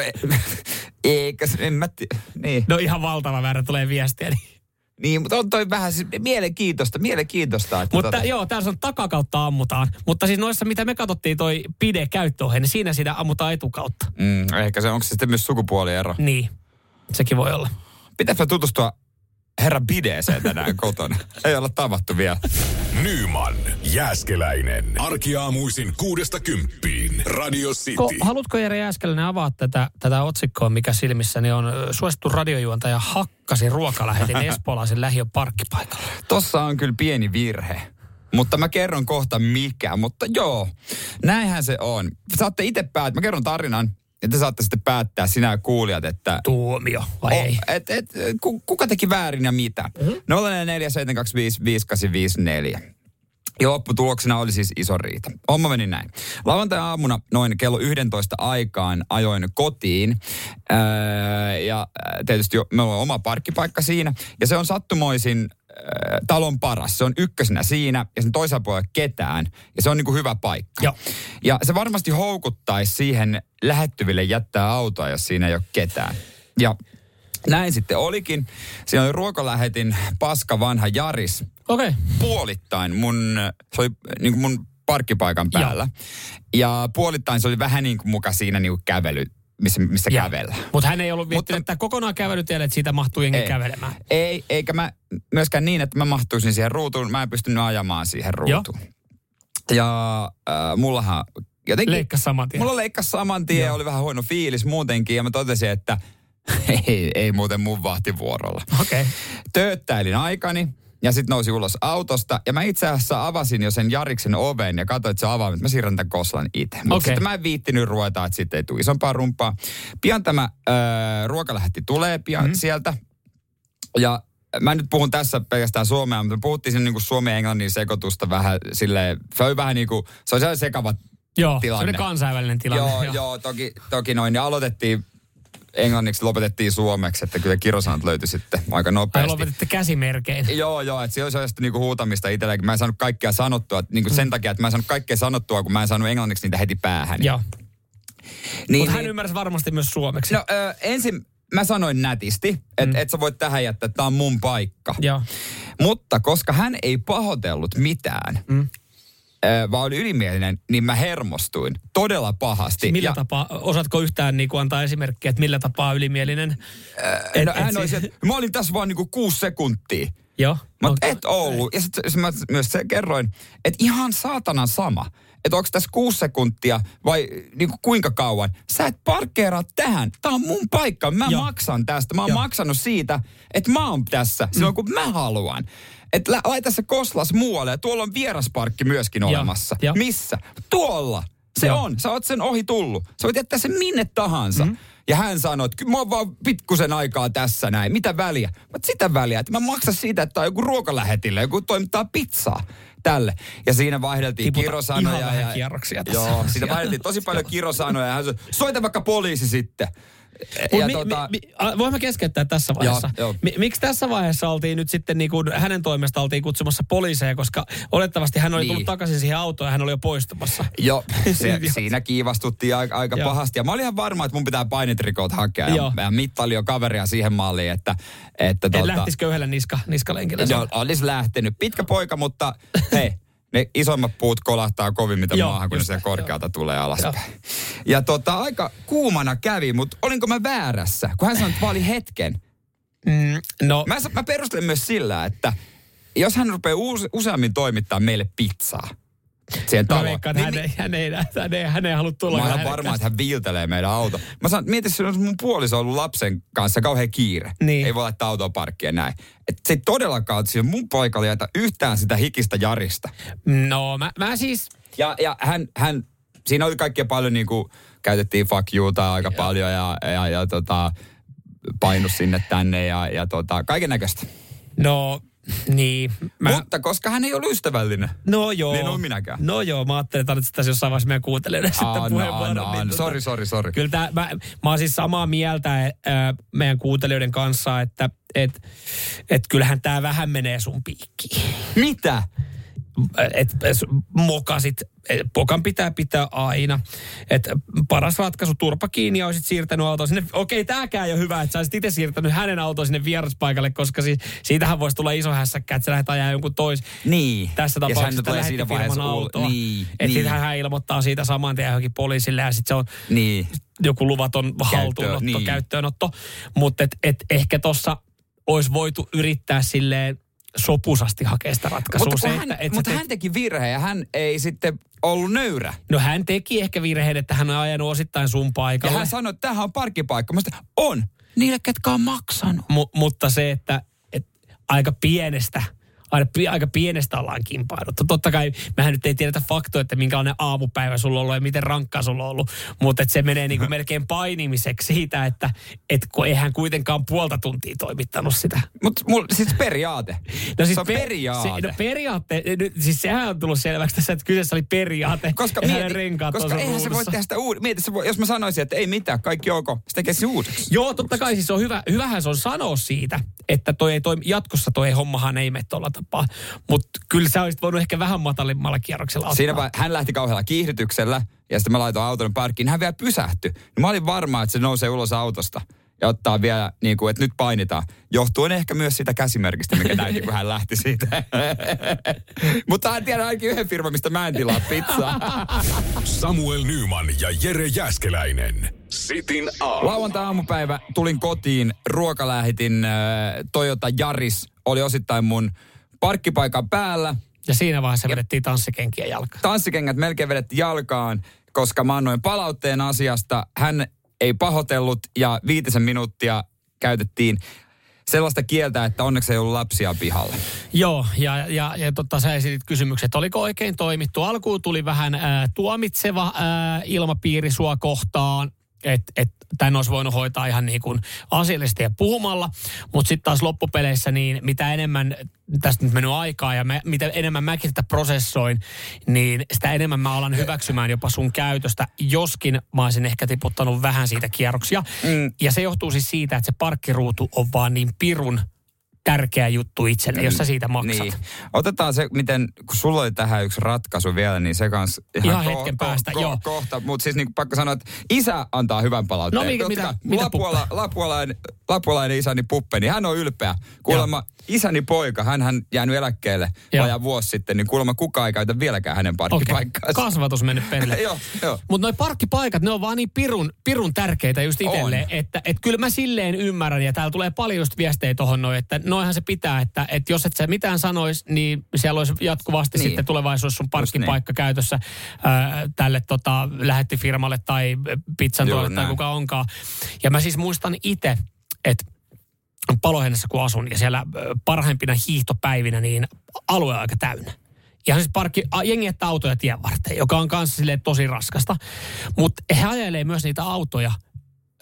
eikä, en mä tiedä. Niin. No ihan valtava määrä tulee viestiä, niin... Niin, mutta on toi vähän siis mielenkiintoista, mielenkiintoista. Että mutta tota... joo, täällä on takakautta ammutaan. Mutta siis noissa, mitä me katsottiin toi pide käyttöohje, niin siinä sitä ammutaan etukautta. Mm, ehkä se, onko se sitten myös sukupuoliero? Niin, sekin voi olla. Pitäisikö tutustua herran bideeseen tänään kotona? Ei olla tavattu vielä. Nyman, Jääskeläinen. Arkiaamuisin kuudesta kymppiin. Radio City. Ko, haluatko Jere Jääskeläinen avaa tätä, tätä otsikkoa, mikä silmissäni on suosittu radiojuontaja hakkasi ruokalähetin espoolaisen lähiön parkkipaikalla? Tossa on kyllä pieni virhe. Mutta mä kerron kohta mikä. Mutta joo, näinhän se on. Saatte itse päättää. Mä kerron tarinan. Ja te saatte sitten päättää, sinä kuulijat, että... Tuomio, vai oh, ei? Et, et, kuka teki väärin ja mitä? Mm-hmm. nolla neljä neljä seitsemän kaksi viisi viisi kahdeksan viisi neljä. Ja lopputuloksena oli siis iso riita. Homma meni näin. Lauantai-aamuna noin kello yksitoista aikaan ajoin kotiin. Öö, ja tietysti jo, meillä on oma parkkipaikka siinä. Ja se on sattumoisin öö, talon paras. Se on ykkösenä siinä ja sen toisella puolella ketään. Ja se on niinku hyvä paikka. Joo. Ja se varmasti houkuttaisi siihen lähettyville jättää autoa, jos siinä ei ole ketään. Ja näin sitten olikin. Siinä oli ruokalähetin paska vanha Jaris. Okei. Okay. Puolittain mun, se oli niin kuin mun parkkipaikan päällä. Joo. Ja puolittain se oli vähän niin kuin muka siinä niin kuin kävely, missä, missä kävellään. Mutta hän ei ollut miettinyt, että kokonaan kävelytielle, että siitä mahtuu jengi kävelemään. Ei, eikä mä myöskään niin, että mä mahtuisin siihen ruutuun. Mä en pystynyt ajamaan siihen ruutuun. Joo. Ja äh, mullahan jotenkin... Leikkas saman tien. Mulla leikkas saman tien ja oli vähän huono fiilis muutenkin. Ja mä totesin, että ei, ei muuten mun vahtivuorolla. Okei. Okay. Tööttäilin aikani. Ja sitten nousi ulos autosta. Ja mä itse asiassa avasin jo sen Jariksen oven ja katsoin, että se avaa, että mä siirrän tämän Koslan itse. Mutta okay. Sitten mä en viittinyt ruveta, että sitten ei tule isompaa rumpaa. Pian tämä äh, ruokalähetti tulee pian mm-hmm. sieltä. Ja mä nyt puhun tässä pelkästään suomea, mutta me puhuttiin sen niin kuin suomen ja englannin sekoitusta vähän silleen, se oli vähän niin kuin, se oli sellainen sekava joo, tilanne. Joo, se oli kansainvälinen tilanne. Joo, joo. joo toki, toki noin. Ja aloitettiin englanniksi, lopetettiin suomeksi, että kyllä kirjosanat löytyi sitten aika nopeasti. Tai lopetitte käsimerkein. Joo, joo, että se oli sellaista niinku huutamista itselläkin. Mä en saanut kaikkea sanottua, niinku mm. sen takia, että mä en saanut kaikkea sanottua, kun mä en saanut englanniksi niitä heti päähän. Joo. Niin, mutta hän niin, ymmärsi varmasti myös suomeksi. No ö, ensin mä sanoin nätisti, että mm. et sä voit tähän jättää, että tää on mun paikka. Joo. Mutta koska hän ei pahoitellut mitään, mm. ö, vaan oli ylimielinen, niin mä hermostuin todella pahasti. Millä ja, tapaa, osaatko yhtään niin kuin antaa esimerkkiä, että millä tapaa ylimielinen? Ö, et, no hän et olisi, että mä olin tässä vaan niinku kuusi sekuntia. Joo. Mä okay. et ollut. Ja sitten mä myös se kerroin, että ihan saatanan sama. Että onko tässä kuusi sekuntia vai niin kuin kuinka kauan. Sä et parkkeeraa tähän. Tää on mun paikka. Mä Joo. maksan tästä. Mä oon Joo. maksanut siitä, että mä oon tässä silloin, mm. kun mä haluan. Että laita se Koslas muualle. Ja tuolla on vierasparkki myöskin Joo. olemassa. Jo. Missä? Tuolla. Se Joo. on. Sä oot sen ohi tullut. Sä voit jättää sen minne tahansa. Mm. Ja hän sanoi, että kyllä mä oon vaan pikkusen aikaa tässä näin. Mitä väliä? Mä sitä väliä, että mä maksan siitä, että on joku ruokalähetille, joku toimittaa pizzaa tälle. Ja siinä vaihdeltiin Tiputa kirosanoja. ihan vähän ja, kierroksia tässä. Joo, siinä vaihdeltiin tosi paljon kirosanoja. Ja hän sanoi, soita vaikka poliisi sitten. Ja mi, tota... mi, mi, voin mä keskeyttää tässä vaiheessa. Joo, joo. Mi, miksi tässä vaiheessa oltiin nyt sitten niin kuin hänen toimesta oltiin kutsumassa poliiseja, koska olettavasti hän oli niin. tullut takaisin siihen autoon ja hän oli jo poistumassa. Joo, se, siinä kiivastuttiin aika, aika pahasti. Ja mä olin ihan varma, että mun pitää painetrikot hakea. Ja, ja mittaili jo kaveria siihen malliin, että... että en tuota, lähtisikö yhdellä niska, niskalenkillä? Joo, olisi lähtenyt. Pitkä poika, mutta hei, ne isommat puut kolahtaa kovin mitä joo, maahan, kun ne sitä, sieltä korkealta joo. tulee alaspäin. Joo. Ja tota, aika kuumana kävi, mutta olinko mä väärässä? Kun hän sanoi, että vaan oli hetken. Mm, no. Mä, mä perustelen myös sillä, että jos hän rupeaa uus, useammin toimittaa meille pizzaa siihen taloon. Mä veikkaan, että niin, hän, ei, hän, ei, hän, ei, hän ei halua tulla. Mä olen varma, että hän viiltelee meidän auto. Mä sanon, mieti, että mun puoliso on ollut lapsen kanssa kauhean kiire. Niin. Ei voi laittaa autoa parkkiin näin. Että se ei todellakaan, että siinä mun paikalla jätä yhtään sitä hikistä jarista. No, mä, mä siis... Ja, ja hän, hän, siinä oli kaikkea paljon niin kuin, käytettiin fuck youta aika Joo. paljon ja, ja, ja tota, painus sinne tänne ja, ja tota, kaiken näköistä. No... Niin. Mä... Mutta koska hän ei ole ystävällinen. No joo. Niin en ole minäkään. No joo, mä ajattelin, että tarvitset tässä jossain vaiheessa meidän kuuntelijoiden sitten puheenvuoron. No, no, niin, sori, sori, sori. Kyllä tää, mä, mä oon siis samaa mieltä äh, meidän kuuntelijoiden kanssa, että et, et kyllähän tää vähän menee sun piikkiin. Mitä? Et, et mokasit, et, pokan pitää pitää aina. Et paras ratkaisu, turpa kiinni ja olisit siirtänyt autoa sinne. Okei, tääkään ei ole hyvä, että sä olisit itse siirtänyt hänen autoa sinne vieraspaikalle, koska siis, siitähän voisi tulla iso hässäkkä, että sä lähdet ajaa jonkun tois. Niin. Tässä tapauksessa lähettifirman autoa. Niin. Että niin. sitten hän ilmoittaa siitä saman tien johonkin poliisille ja sitten se on niin. joku luvaton haltuunotto, niin. käyttöönotto. Mutta et, et ehkä tuossa olisi voitu yrittää silleen sopusasti hakea sitä ratkaisua. Mutta, se, hän, että, että mutta te... hän teki virheen ja hän ei sitten ollut nöyrä. No hän teki ehkä virheen, että hän on ajanut osittain sun paikalle. Ja hän sanoi, että tämähän on parkkipaikka. Mä sanoin, on. Niille, ketkä on maksanut. M- mutta se, että, että aika pienestä, aika pienestä ollaan kimpailuttu. Totta kai mehän nyt ei tiedetä faktoa, että minkälainen aamupäivä sulla on ollut ja miten rankkaa sulla on ollut. Mutta se menee niin kuin melkein painimiseksi siitä, että et kun eihän kuitenkaan puolta tuntia toimittanut sitä. Mutta siis periaate. No siis se on per, periaate. Se, no periaate, nyt, siis sehän on tullut selväksi tässä, että kyseessä oli periaate. Koska, mieti, koska eihän ruudussa. Se voi tehdä sitä uudestaan. Mieti, se voi, jos mä sanoisin, että ei mitään, kaikki ok, se tekee se uudeksi. Joo, totta kai siis on hyvä, hyvähän se on sanoa siitä, että toi ei toimi, jatkossa toi hommahan ei mene tuolla tapaa. Mutta kyllä sä olisit voinut ehkä vähän matalimmalla kierroksella ottaa. Siinä vai, hän lähti kauhealla kiihdytyksellä ja sitten mä laitoin auton parkkiin. Hän vielä pysähtyi. No mä olin varma, että se nousee ulos autosta ja ottaa vielä, niin kuin, että nyt painitaan. Johtuen ehkä myös siitä käsimerkistä, mikä näytti, kun hän lähti siitä. Mutta hän tiedä ainakin yhden firman, mistä mä en tilaa pizzaa. Samuel Nyman ja Jere Jääskeläinen. Sitin aamu. Lauantai-aamupäivä tulin kotiin, ruokalähetin äh, Toyota Yaris oli osittain mun parkkipaikan päällä. Ja siinä vaiheessa ja vedettiin tanssikenkiä jalkaan. Tanssikengät melkein vedettiin jalkaan, koska mä annoin palautteen asiasta. Hän ei pahoitellut ja viitisen minuuttia käytettiin sellaista kieltä, että onneksi ei ollut lapsia pihalla. Joo, ja, ja, ja totta, sä esitit kysymykset, että oliko oikein toimittu. Alkuun tuli vähän ää, tuomitseva ää, ilmapiiri sua kohtaan. Että et, tämän olisi voinut hoitaa ihan niin kuin asiallisesti ja puhumalla, mutta sitten taas loppupeleissä niin mitä enemmän tästä nyt mennyt aikaa ja mä, mitä enemmän mäkin tätä prosessoin, niin sitä enemmän mä alan hyväksymään jopa sun käytöstä, joskin mä olisin ehkä tiputtanut vähän siitä kierroksia. Mm. Ja se johtuu siis siitä, että se parkkiruutu on vaan niin pirun tärkeä juttu itselle, jos sä siitä maksat. Niin. Otetaan se, miten, kun sulla oli tähän yksi ratkaisu vielä, niin se kanssa ihan, ihan hetken ko- päästä, ko- joo. Kohta. Mutta siis niin pakko sanoa, että isä antaa hyvän palautteen. No mikä, mitä, mitä Lapuala, lapualainen, lapualainen isäni Puppe, niin hän on ylpeä. Kuulemma isäni poika, hän hän jäänyt eläkkeelle vajaa vuosi sitten, niin kuulemma kukaan ei käytä vieläkään hänen parkkipaikkaansa. Okay. Kasvatus mennyt perille. joo, joo. Mutta noi parkkipaikat, ne on vaan niin pirun, pirun tärkeitä just itselleen, että et kyllä mä silleen ymmärrän, ja täällä tulee paljon just viestejä tohon noin, että noihan se pitää, että et jos et sä mitään sanois, niin siellä olisi jatkuvasti niin. sitten tulevaisuudessa sun parkkipaikka niin. käytössä ää, tälle tota, lähettifirmalle tai pizzan tuolle tai kuka onkaan. Ja mä siis muistan itse, että Paloheinässä kun asun ja siellä parhaimpina hiihtopäivinä, niin alue on aika täynnä. Ja siis parkki, jengi jättää autoja tien varteen, joka on kanssa silleen tosi raskasta. Mutta he ajelee myös niitä autoja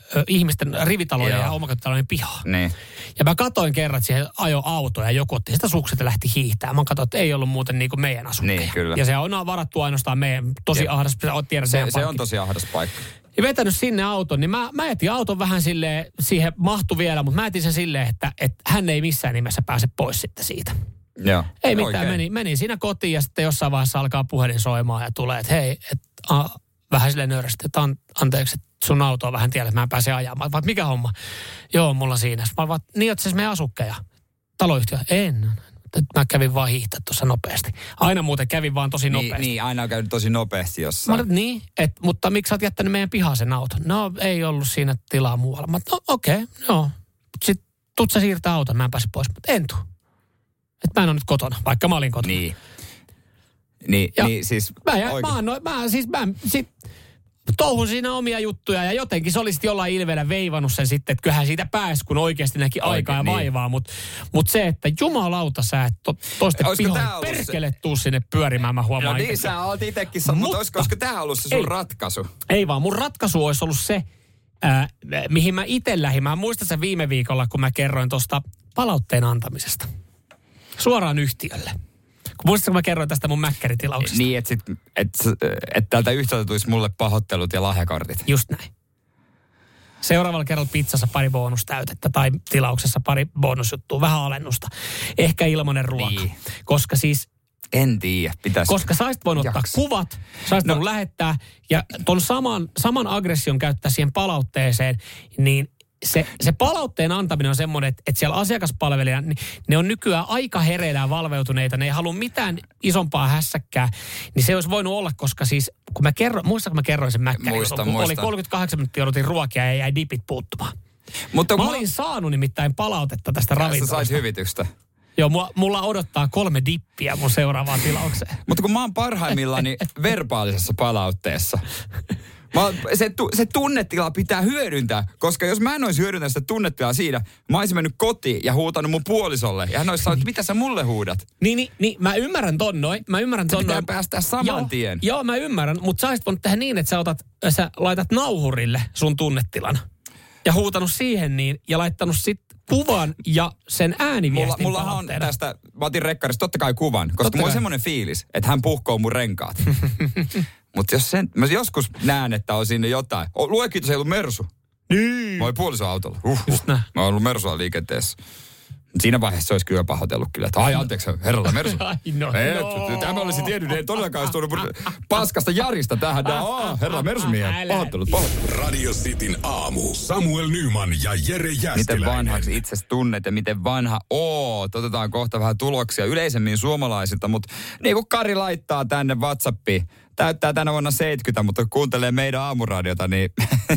ö, ihmisten rivitalojen Joo. ja omakotitalojen pihaa. Niin. Ja mä katoin kerran, että siihen ajo auto ja joku otti sitä sukset ja lähti hiihtämään. Mä katsoin, että ei ollut muuten niin kuin meidän asukkeja. Niin, kyllä. Ja se on varattu ainoastaan meidän tosi Ja ahdas, tiedän, Se, se on tosi ahdas paikka. ja vetänyt sinne auton, niin mä, mä jätin auton vähän silleen, siihen mahtui vielä, mutta mä jätin sen silleen, että, että hän ei missään nimessä pääse pois sitten siitä. Joo. Ei mitään, Oikein. meni, meni siinä kotiin ja sitten jossain vaiheessa alkaa puhelin soimaan ja tulee, että hei, et, a, vähän silleen nöyrästi, että an, anteeksi, että sun auto on vähän tiellä, että mä en pääse ajamaan. Vaan mikä homma? Joo, mulla siinä. Mä vaan, niin oot siis meidän asukkeja. Taloyhtiö? En. Mä kävin vaan hiihtää tuossa nopeasti. Aina muuten kävin vaan tosi Niin, nopeasti. niin, aina on käynyt tosi nopeasti Mä jossain. olin, niin, et, mutta miksi sä oot jättänyt meidän pihaan sen auton? No, ei ollut siinä tilaa muualla. Mä no okei, okay, joo. Sitten tuut sä siirtää auton, mä en pääse pois. Mutta en tuu. Että mä en ole nyt kotona, vaikka mä olin kotona. Niin. Niin, Ja niin siis Mä, jä, oikein. mä, annoin, mä siis mä sit touhun siinä omia juttuja ja jotenkin se olisi jollain ilveellä veivannut sen sitten, että kyllähän siitä pääsi, kun oikeasti näki Oikein, aikaa ja niin. vaivaa. Mutta mut se, että jumalauta sä et to, toisten Olisiko tää pihoille ollut se- perkele tuu sinne pyörimään, mä No huomaan niin, itse. sä oot itekin sanonut, mutta Mutta- olisiko, olisiko tää ollut se sun Ei. ratkaisu? Ei vaan, mun ratkaisu olisi ollut se, ää, mihin mä itse lähdin. Mä muistan sen viime viikolla, kun mä kerroin tuosta palautteen antamisesta. Suoraan yhtiölle. Kun muistatko, kun mä kerroin tästä mun mäkkäritilauksesta? Niin, että et, et, et täältä yhtiöltä tulisi mulle pahoittelut ja lahjakortit. Just näin. Seuraavalla kerralla pizzassa pari bonustäytettä tai tilauksessa pari bonusjuttua, vähän alennusta. Ehkä ilmainen ruoka. Niin. Koska siis, En tiedä, pitäisi. koska sä olisit voinut ottaa Jaksa. kuvat, sä olisit No. voinut lähettää ja ton saman, saman aggression käyttää siihen palautteeseen, niin se, se palautteen antaminen on semmoinen, että, että siellä asiakaspalvelijat, niin ne on nykyään aika hereillä ja valveutuneita, ne ei halua mitään isompaa hässäkkää, niin se olisi voinut olla, koska siis, kun mä kerroin, muistatko mä kerroin sen mäkkärin, Muistan, kun oli muistan. kolmekymmentäkahdeksan minuuttia odotin ruokia ja jäi dipit puuttumaan. Mutta Mä kun olin saanut nimittäin palautetta tästä sä sait ravintolasta. hyvitystä. Joo, mulla, mulla odottaa kolme dippiä mun seuraavaan tilaukseen. Mutta kun mä oon parhaimmillani verbaalisessa palautteessa. Mä, oon- se, tu, se tunnetila pitää hyödyntää, koska jos mä en olisi hyödyntänyt sitä tunnetilaa siinä, mä olisin mennyt kotiin ja huutanut mun puolisolle. Ja hän olisi sanonut, että mitä sä mulle huudat? Niin, niin, niin mä ymmärrän ton noin. Mä ymmärrän ton pitää noin. päästää saman joo, tien. Joo, mä ymmärrän, mutta sä olisit voinut tehdä niin, että sä, otat, sä laitat nauhurille sun tunnetilan. Ja huutanut siihen niin, ja laittanut sit kuvan ja sen ääniviestin Mulla, mullahan on palautteena. tästä, mä otin rekkarista totta kai kuvan, koska Totta mulla on kai. semmoinen fiilis, että hän puhkoo mun renkaat. Mutta jos sen, mä joskus näen, että on siinä jotain. O, lue kiitos, ei ollut Mersu. Niin. Mä olin puolisoautolla. Uh, uh. Just näin. Mä oon ollut Mersua liikenteessä. Siinä vaiheessa se olisi kyllä pahoitellut kyllä, että ai anteeksi, herralla Mersu. Ai no, Ei, no. Tämä olisi tiennyt, ei todellakaan olisi tullut paskasta Jarista tähän. Oh, herra Mersumies, Älä. pahoittelut, pahoittelut. Radio Cityn aamu. Samuel Nyman ja Jere Miten Jääskeläinen. vanhaksi itse tunnet ja miten vanha oot. Otetaan kohta vähän tuloksia yleisemmin suomalaisilta, mutta niin kuin Kari laittaa tänne WhatsAppiin, täyttää tänä vuonna seitsemänkymmentä, mutta kun kuuntelee meidän aamuradiota, niin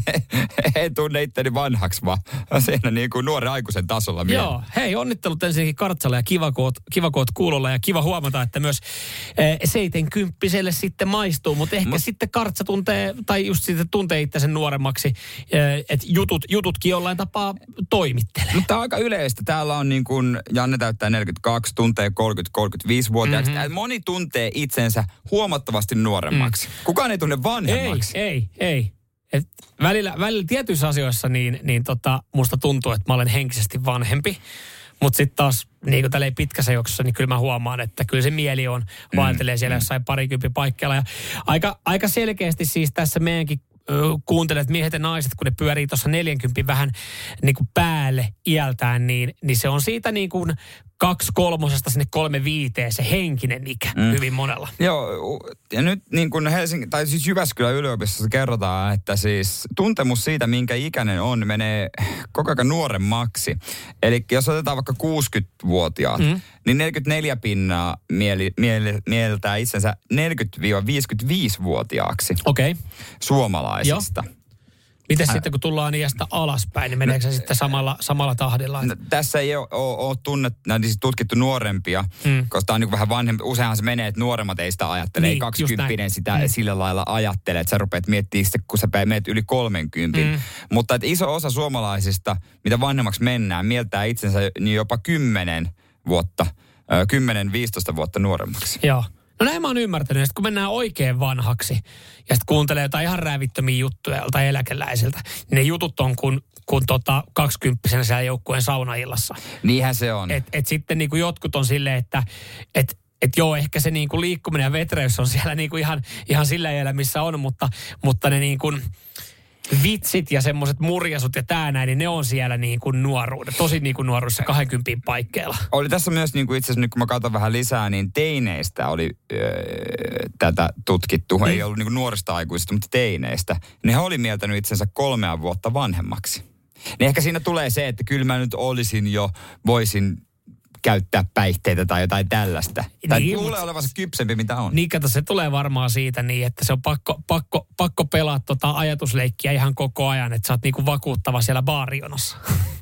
en tunne itteni vanhaksi, vaan siinä niin kuin nuoren aikuisen tasolla mieleen. Joo, hei onnittelut ensinnäkin Kartsalle ja kiva kun oot, kiva, kun oot kuulolla ja kiva huomata, että myös eh, seitenkymppiselle sitten maistuu, mutta ehkä Mut- sitten Kartsa tuntee, tai just sitten tuntee itsensä nuoremmaksi, eh, että jutut, jututkin jollain tapaa toimittelee. Mutta tämä on aika yleistä. Täällä on niin kuin, Janne täyttää neljäkymmentäkaksi, tuntee kolmekymmentä kolmekymmentäviisi-vuotiaaksi. Mm-hmm. Moni tuntee itsensä huomattavasti nuoremmaksi. Mm. Kukaan ei tunne Ei, vanhemmaksi. ei, ei. Et välillä, välillä tietyissä asioissa niin, niin tota, musta tuntuu, että mä olen henkisesti vanhempi. Mutta sitten taas niin kuin tälleen pitkässä juoksussa, niin kyllä mä huomaan, että kyllä se mieli on, vaeltelee siellä jossain parikymppi paikkeilla. Ja aika, aika selkeästi siis tässä meidänkin ö, kuuntelet miehet ja naiset, kun ne pyörii tuossa neljänkympin vähän niin kuin päälle iältään, niin, niin se on siitä niin kuin kaksi kolmosesta sinne kolme viiteen se henkinen ikä mm. hyvin monella. Joo, ja nyt niin kuin Helsingin, tai siis Jyväskylän yliopistossa kerrotaan, että siis tuntemus siitä, minkä ikäinen on, menee koko ajan nuoremmaksi. Eli jos otetaan vaikka kuusikymmentävuotiaat, mm. niin neljäkymmentäneljä pinnaa mieli, mieli, mieltää itsensä neljäkymmentä-viisikymmentäviisi-vuotiaaksi Okei. Okay. suomalaisista. Miten sitten, kun tullaan iästä alaspäin, niin meneekö se sitten samalla, samalla tahdilla? No, tässä ei ole, ole, ole tunnet, no, siis tutkittu nuorempia, mm. koska tämä on niin vähän vanhempi. Useinhan se menee, että nuoremmat ei sitä ajattele. Niin, ei kaksikymppinen sitä mm. sillä lailla ajattele, että sä rupeat miettimään sitten, kun sä menet yli kolmenkympin. Mm. Mutta että iso osa suomalaisista, mitä vanhemmaksi mennään, mieltää itsensä niin jopa kymmenen vuotta, kymmenen viisitoista vuotta nuoremmaksi. Joo. No näin mä oon ymmärtänyt. Ja sitten kun mennään oikein vanhaksi ja sitten kuuntelee jotain ihan räävittömiä juttuja joltain eläkeläisiltä, niin ne jutut on kun, kun tota kaksikymppisenä siellä joukkueen saunaillassa. Niinhän se on. Et, et sitten niinku jotkut on silleen, että et, et joo, ehkä se niinku liikkuminen ja vetreys on siellä niinku ihan, ihan sillä jäljellä, missä on, mutta, mutta ne niinku vitsit ja semmoiset murjasut ja tää näin, niin ne on siellä niin kuin nuoruuden, tosi niin kuin nuoruudessa kaksikymmentä paikkeilla. Oli tässä myös niin kuin itse asiassa nyt kun mä katson vähän lisää, niin teineistä oli öö, tätä tutkittu. Mm. Ei ollut niin kuin nuorista aikuisista, mutta teineistä. Ne oli mieltänyt itsensä kolmea vuotta vanhemmaksi. Niin ehkä siinä tulee se, että kyllä mä nyt olisin jo, voisin käyttää päihteitä tai jotain tällaista. Tai niin, luulee olevansa kypsempi, mitä on. Niin, kato, se tulee varmaan siitä niin, että se on pakko, pakko, pakko pelaa tota ajatusleikkiä ihan koko ajan, että sä oot niinku vakuuttava siellä baarijonossa.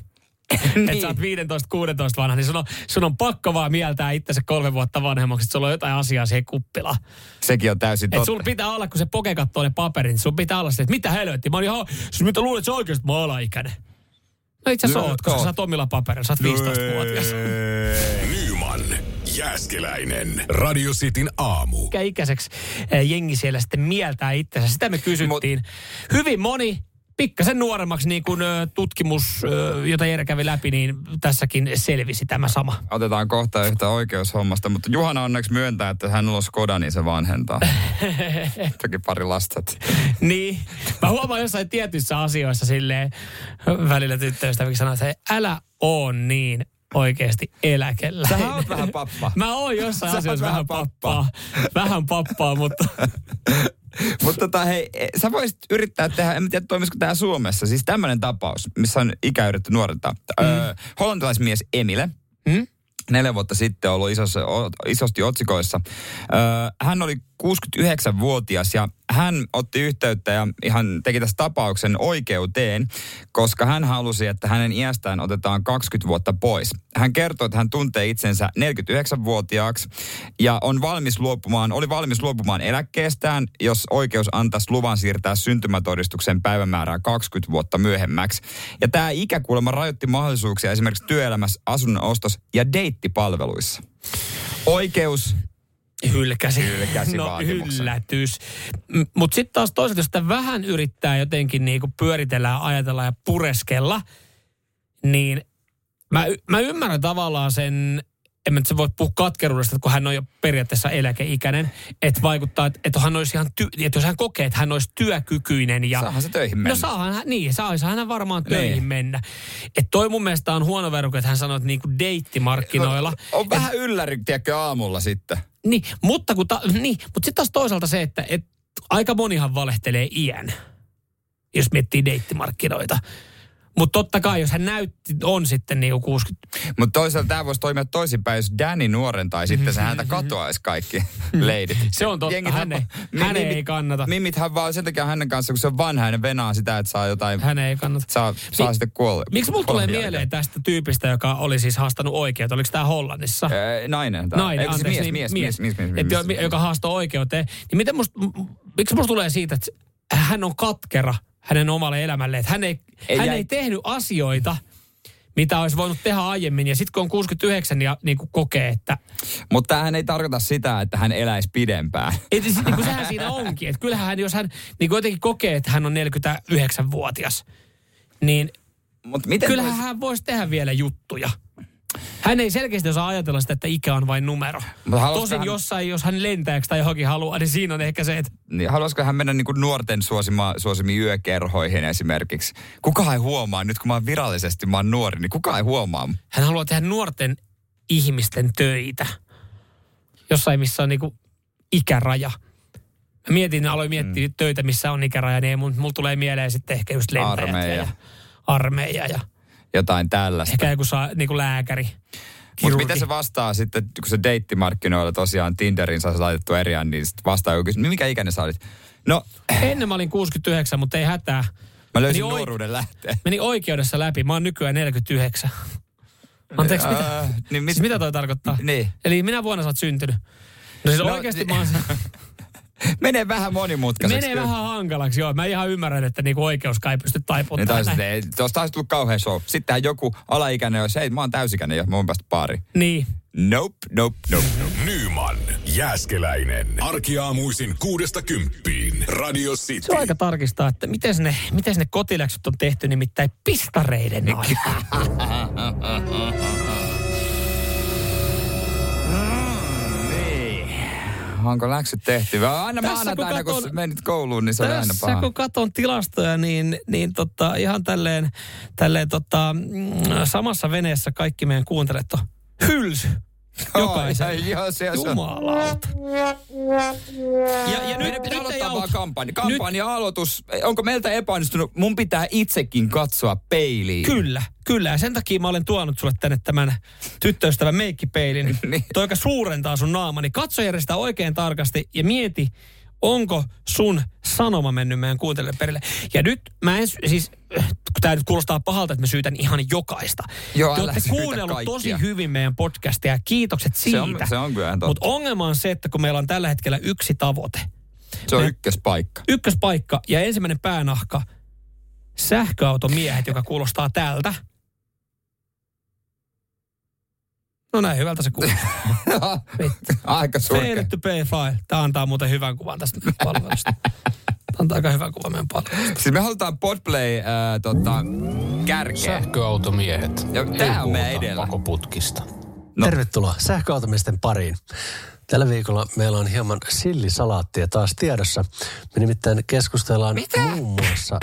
niin. Että sä oot viisitoista kuusitoista vanha, niin sun on, sun on pakko vaan mieltää itsensä kolme vuotta vanhemmaksi, että sulla on jotain asiaa siihen kuppilaan. Sekin on täysin totta. Että sulla pitää olla, kun se poke kattoo ne paperit, niin sulla pitää olla se, että mitä helvettiä. Mä olin ihan, siis mitä luulet, että sä oikeasti mä oon alaikäinen. No itse asiassa oot, koska sä saat omilla paperilla, sä oot viisitoistavuotias. Nyman, Jääskeläinen, Radio Cityn aamu. Mikä ikäiseksi jengi siellä sitten mieltää itsensä? Sitä me kysyttiin. Mut hyvin moni, pikkasen nuoremmaksi, niin kuin tutkimus, jota Jere kävi läpi, niin tässäkin selvisi tämä sama. Otetaan kohta yhtä oikeushommasta, mutta Juhana onneksi myöntää, että hän on Skoda, niin se vanhentaa. Toki pari lasta. Niin. Mä huomaan jossain tietyissä asioissa silleen välillä tyttöystäväkin sanoo, että hei, älä oo niin oikeasti eläkeläinen. Sä oot vähän pappa. Mä oon jossain asioissa vähän pappaa. Vähän pappaa, mutta... Mutta tota, hei, sä voisit yrittää tehdä, en tiedä toimisiko tää Suomessa, siis tämmönen tapaus, missä on ikä yritetty nuorentaa. Mm. Öö, hollantilaismies Emile, mm? neljä vuotta sitten ollut isossa, isosti otsikoissa. Öö, hän oli kuusikymmentäyhdeksänvuotias ja hän otti yhteyttä ja ihan teki tässä tapauksen oikeuteen, koska hän halusi, että hänen iästään otetaan kaksikymmentä vuotta pois. Hän kertoi, että hän tuntee itsensä neljäkymmentäyhdeksänvuotiaaksi ja on valmis luopumaan, oli valmis luopumaan eläkkeestään, jos oikeus antaisi luvan siirtää syntymätodistuksen päivämäärää kaksikymmentä vuotta myöhemmäksi. Ja tämä ikäkulma rajoitti mahdollisuuksia esimerkiksi työelämässä, asunnon ostos ja deittipalveluissa. Oikeus Hylkäsi. Hylkäsi no vaatimuksen. yllätys. Mutta sitten taas toisaalta, jos sitä vähän yrittää jotenkin niinku pyöritellä, ajatella ja pureskella, niin mä, mä ymmärrän tavallaan sen, en mä nyt se voi puhua katkeruudesta, kun hän on jo periaatteessa eläkeikäinen, että vaikuttaa, että, että hän olisi ihan, ty- että jos hän kokee, että hän olisi työkykyinen. Ja, saahan se töihin mennä. No saahan, niin, saisi hän varmaan töihin niin. mennä. Että toi mun mielestä on huono verukko, että hän sanoo, että niinku deittimarkkinoilla. On, on vähän ylläri, tiedätkö, aamulla sitten. Niin, mutta, kun ta, niin, mutta sitten taas toisaalta se, että et, aika monihan valehtelee iän, jos miettii deittimarkkinoita. Mutta totta kai, jos hän näytti, on sitten niinku kuusikymmentä. Mutta toisaalta tämä voisi toimia toisinpäin, jos Danny nuorentaa, sitten se häntä katoaisi kaikki leidit. Se on totta, Jengit hän, ei, mi, hän mi, ei kannata. Mimithän vaan sen takia hänen kanssa, kun se on vanha ja ne venaa sitä, että saa jotain... Hän ei kannata. Saa, saa Mi, sitten kuolla. Miksi mulla tulee mieleen tästä tyypistä, joka oli siis haastanut oikeuteen? Oliko tämä Hollannissa? Ee, nainen. Tämä. Nainen, anteeksi. Mies, niin, mies, mies, mies, mies, mies, et, mies. Joka haastoi oikeuteen. Niin miten musta, miksi musta tulee siitä, että hän on katkera hänen omalle elämälle. Että hän ei, ei, hän ei tehnyt asioita, mitä olisi voinut tehdä aiemmin. Ja sitten kun on kuusikymmentäyhdeksän ja niin kuin kokee, että... Mutta hän ei tarkoita sitä, että hän eläisi pidempään. Et, niin kuin sehän siinä onkin. Että kyllähän hän, jos hän niin kuin jotenkin kokee, että hän on neljäkymmentäyhdeksänvuotias, niin Mut miten kyllähän vois... hän voisi tehdä vielä juttuja. Hän ei selkeästi osaa ajatella sitä, että ikä on vain numero. Tosin hän... jossain, jos hän lentääksi tai johonkin haluaa, niin siinä on ehkä se, että... Niin, haluaisiko hän mennä niin kuin nuorten suosima, suosimiin yökerhoihin esimerkiksi? Kuka ei huomaa, nyt kun mä oon virallisesti, mä oon nuori, niin kuka ei huomaa? Hän haluaa tehdä nuorten ihmisten töitä. Jossain, missä on niin kuin ikäraja. Mä mietin, aloin miettiä mm. töitä, missä on ikäraja, niin mulla tulee mieleen sitten ehkä just lentäjät armeija. ja armeija ja... Jotain tällaista. Ehkä joku saa, niin kuin lääkäri. Mutta miten se vastaa sitten, kun se deittimarkkinoilla tosiaan Tinderin saa laitettu eriään, niin sitten vastaa joku, mikä ikäinen sä olit? No. Ennen mä olin kuusikymmentäyhdeksän, mutta ei hätää. Mä löysin meni nuoruuden oike- lähteen. Meni oikeudessa läpi. Mä oon nykyään neljäkymmentäyhdeksän. Anteeksi, uh, mitä? Niin, mit... siis mitä toi tarkoittaa? Niin. Eli minä vuonna sä oot syntynyt. No siis no, oikeasti ni- mä oon... Menee vähän monimutkaiseksi. Menee vähän hankalaksi, joo. Mä ihan ymmärrän, että niinku oikeuskaan ei pysty taiputtamaan. Niin tuosta olisi tullut kauhean show. Sittenhän joku alaikäinen olisi, hei mä oon täysikäinen jo, mä oon päästä baariin. Niin. Nope, nope, nope, nope. Nyman, Jääskeläinen. Arkiaamuisin kuudesta kymppiin. Radio City. Se on aika tarkistaa, että miten ne, miten ne kotiläksyt on tehty, nimittäin pistareiden aikana. Onko läksyt tehty? Aina Tässä maanantaina, kun, kun kun menit kouluun, niin se oli aina Tässä paha. kun katon tilastoja, niin, niin tota, ihan tälleen, tälleen tota, samassa veneessä kaikki meidän kuuntelijat on hylsy. Jokaisen. Joo, se on. Jumalauta. Ja, ja Meidän pitää nyt ei aloittaa auta. vaan kampanja. Kampanja-aloitus. Onko meiltä epäonnistunut? Mun pitää itsekin katsoa peiliin. Kyllä, kyllä. Ja sen takia mä olen tuonut sulle tänne tämän tyttöystävän meikkipeilin. Niin. Toi, joka suurentaa sun naamani. Katso järjestä oikein tarkasti ja mieti, onko sun sanoma mennyt meidän kuuntelijoille perille. Ja nyt mä en, siis, tää nyt kuulostaa pahalta, että mä syytän ihan jokaista. Joo, Te älä olette syytä kuunnellut kaikkia. tosi hyvin meidän podcastia ja kiitokset siitä. Se on, se on kyllä ihan totta. Mutta ongelma on se, että kun meillä on tällä hetkellä yksi tavoite. Se on me- ykköspaikka. Ykköspaikka ja ensimmäinen päänahka, sähköautomiehet, joka kuulostaa tältä. No näin, hyvältä se kuulostaa. Aika surkea. Fade to pay file. Tämä antaa muuten hyvän kuvan tästä palvelusta. Tämä antaa aika hyvän kuvan meidän palvelusta. Siis me halutaan Podplay äh, tota, kärkeä. Sähköautomiehet. Ja Ei tää on meidän puhuta edellä. pakoputkista. No. Tervetuloa sähköautomiesten pariin. Tällä viikolla meillä on hieman sillisalaattia taas tiedossa. Me nimittäin keskustellaan Mitä? muun muassa...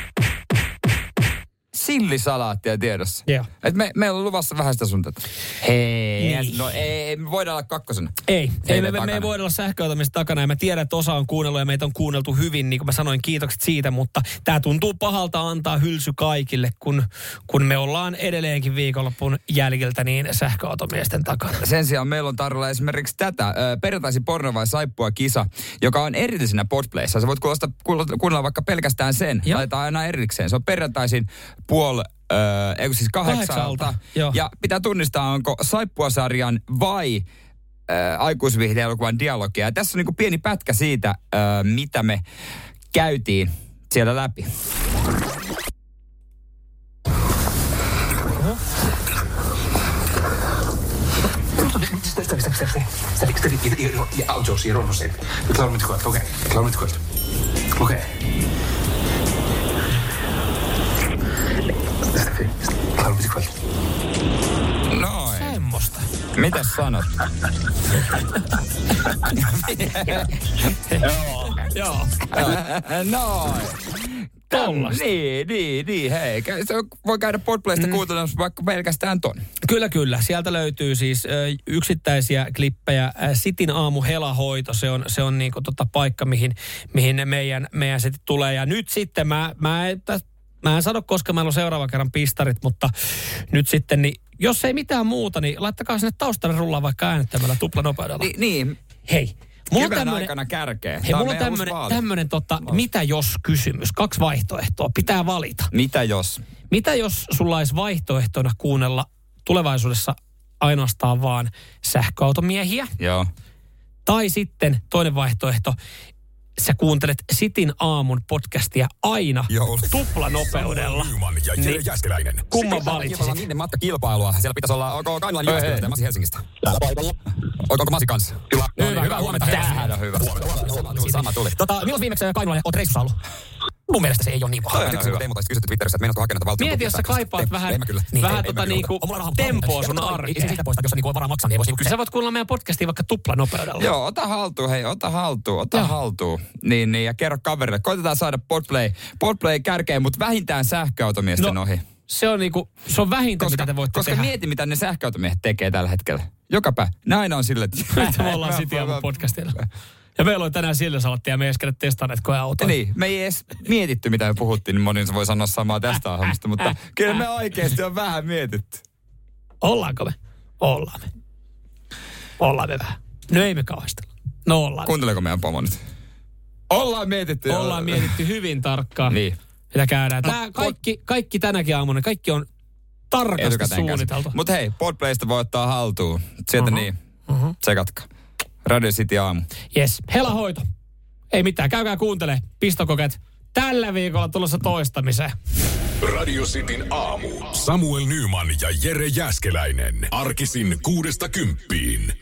Sillisalaattia tiedossa. Joo. Et me, meillä on luvassa vähän sitä sun tätä. Hei. Niin. No ei, me voidaan olla kakkosena. Ei, ei Teidän me, me, me takana. ei voida olla sähköautomista takana ja mä tiedän, että osa on kuunnellut ja meitä on kuunneltu hyvin, niin kuin mä sanoin, kiitokset siitä, mutta tää tuntuu pahalta antaa hylsy kaikille, kun, kun me ollaan edelleenkin viikonloppun jäljiltä niin sähköautomiesten takana. Sen sijaan meillä on tarjolla esimerkiksi tätä ö, perjantaisin porno vai saippua kisa, joka on erillisenä Podplayssa. Sä voit kuulostaa, kuunnella, kuunnella vaikka pelkästään sen. Joo. Laitetaan aina erikseen. Se on perjantaisin puol... Öö, eikö siis kahdeksalta. Kahdeksalta, joo. Ja pitää tunnistaa, onko Saippua-sarjan vai öö, aikuisviihde-elokuvan dialogia. Ja tässä on niinku pieni pätkä siitä, öö, mitä me käytiin siellä läpi. Auto hier rond zit. Ik laat met kort. Oké, ik laat met kort. Oké. Klaar met kort. Noin. Semmosta. Mitäs sanot? Joo. Noin. Tollasta. Niin, niin, niin, hei. Kä- se voi käydä Podplaysta mm. kuuntelemassa vaikka pelkästään ton. Kyllä, kyllä. Sieltä löytyy siis ö, yksittäisiä klippejä. Ä, Sitin aamu helahoito, se on, se on niinku tota paikka, mihin, mihin meidän, meidän setit tulee. Ja nyt sitten mä, mä, en, täs, mä en sano, koska meillä on seuraava kerran pistarit, mutta nyt sitten, niin jos ei mitään muuta, niin laittakaa sinne taustalle rullaa vaikka äänettämällä tuplanopeudella. Ni, niin. Hei. Mulla on Kevään tämmönen, aikana kärkeä. hei, mulla on tämmönen, tämmönen tota, mitä jos kysymys. Kaksi vaihtoehtoa. Pitää valita. Mitä jos? Mitä jos sulla olisi vaihtoehtona kuunnella tulevaisuudessa ainoastaan vaan sähköautomiehiä? Joo. Tai sitten toinen vaihtoehto, sä kuuntelet Sitin aamun podcastia aina Joo. tuplanopeudella. Nyman ja Jere Niin. Jääskeläinen. Kumman valitsisit? Minne matkakilpailua? Siellä pitäisi olla, onko Kainilan Jyväskylä ja Masi Helsingistä? Täällä paikalla. Onko Masi kanssa? Hyvä. No, hyvä, hyvä huomenta. Tämähän on hyvä. Sama tuli. Sama tuli. Tota, milloin viimeksi Kainulalle oot reissussa ollut? Mun mielestä se ei ole niin paha. Toi on siksi, kun Teemu taisi kysyä Twitterissä, että meinaatko hakea näitä valtion Mieti, jos sä kaipaat vähän, vähän tota niinku tempoa sun arkeen. Siitä poista, jos on niinku varaa maksaa, niin ei voisi kysyä. Sä voit kuunnella meidän podcastia vaikka tuplanopeudella. Joo, ota haltuun, hei, ota haltuun, ota Joo. haltuun. Niin, niin, ja kerro kaverille. Koitetaan saada Podplay, Podplay kärkeen, mutta vähintään sähköautomiesten No, ohi. Se on niinku, se on vähintä, Koska, mitä te voitte koska tehdä. mieti, mitä ne sähköautomiehet tekee tällä hetkellä. Joka päivä. Näin on sille, että... Nyt me ollaan City Aamun podcastilla. Ja meillä oli tänään sillisalattia ja me ei edes käydä testanneet koeautoja. Niin, me ei edes mietitty, mitä me puhuttiin, niin moni voi sanoa samaa tästä ohjelmasta, mutta kyllä me oikeasti on vähän mietitty. Ollaanko me? Ollaan me. Ollaan me vähän. No ei me kauhistella. No ollaan. Kuunteleeko meidän pomo nyt? Ollaan mietitty. jo. Ollaan mietitty hyvin tarkkaan. Niin. Mitä käydään. Tää kaikki, kaikki tänäkin aamuna, kaikki on tarkasti Etukäteen suunniteltu. Mutta hei, Podplaysta voi ottaa haltuun. Sieltä Uh-huh. niin. Uh-huh. Tsekatkaa. Radio City aamu. Yes, helahoito. Ei mitään, käykää kuuntele. Pistokokeet tällä viikolla tulossa toistamiseen. Radio Cityn aamu. Samuel Nyman ja Jere Jääskeläinen. Arkisin kuudesta kymppiin.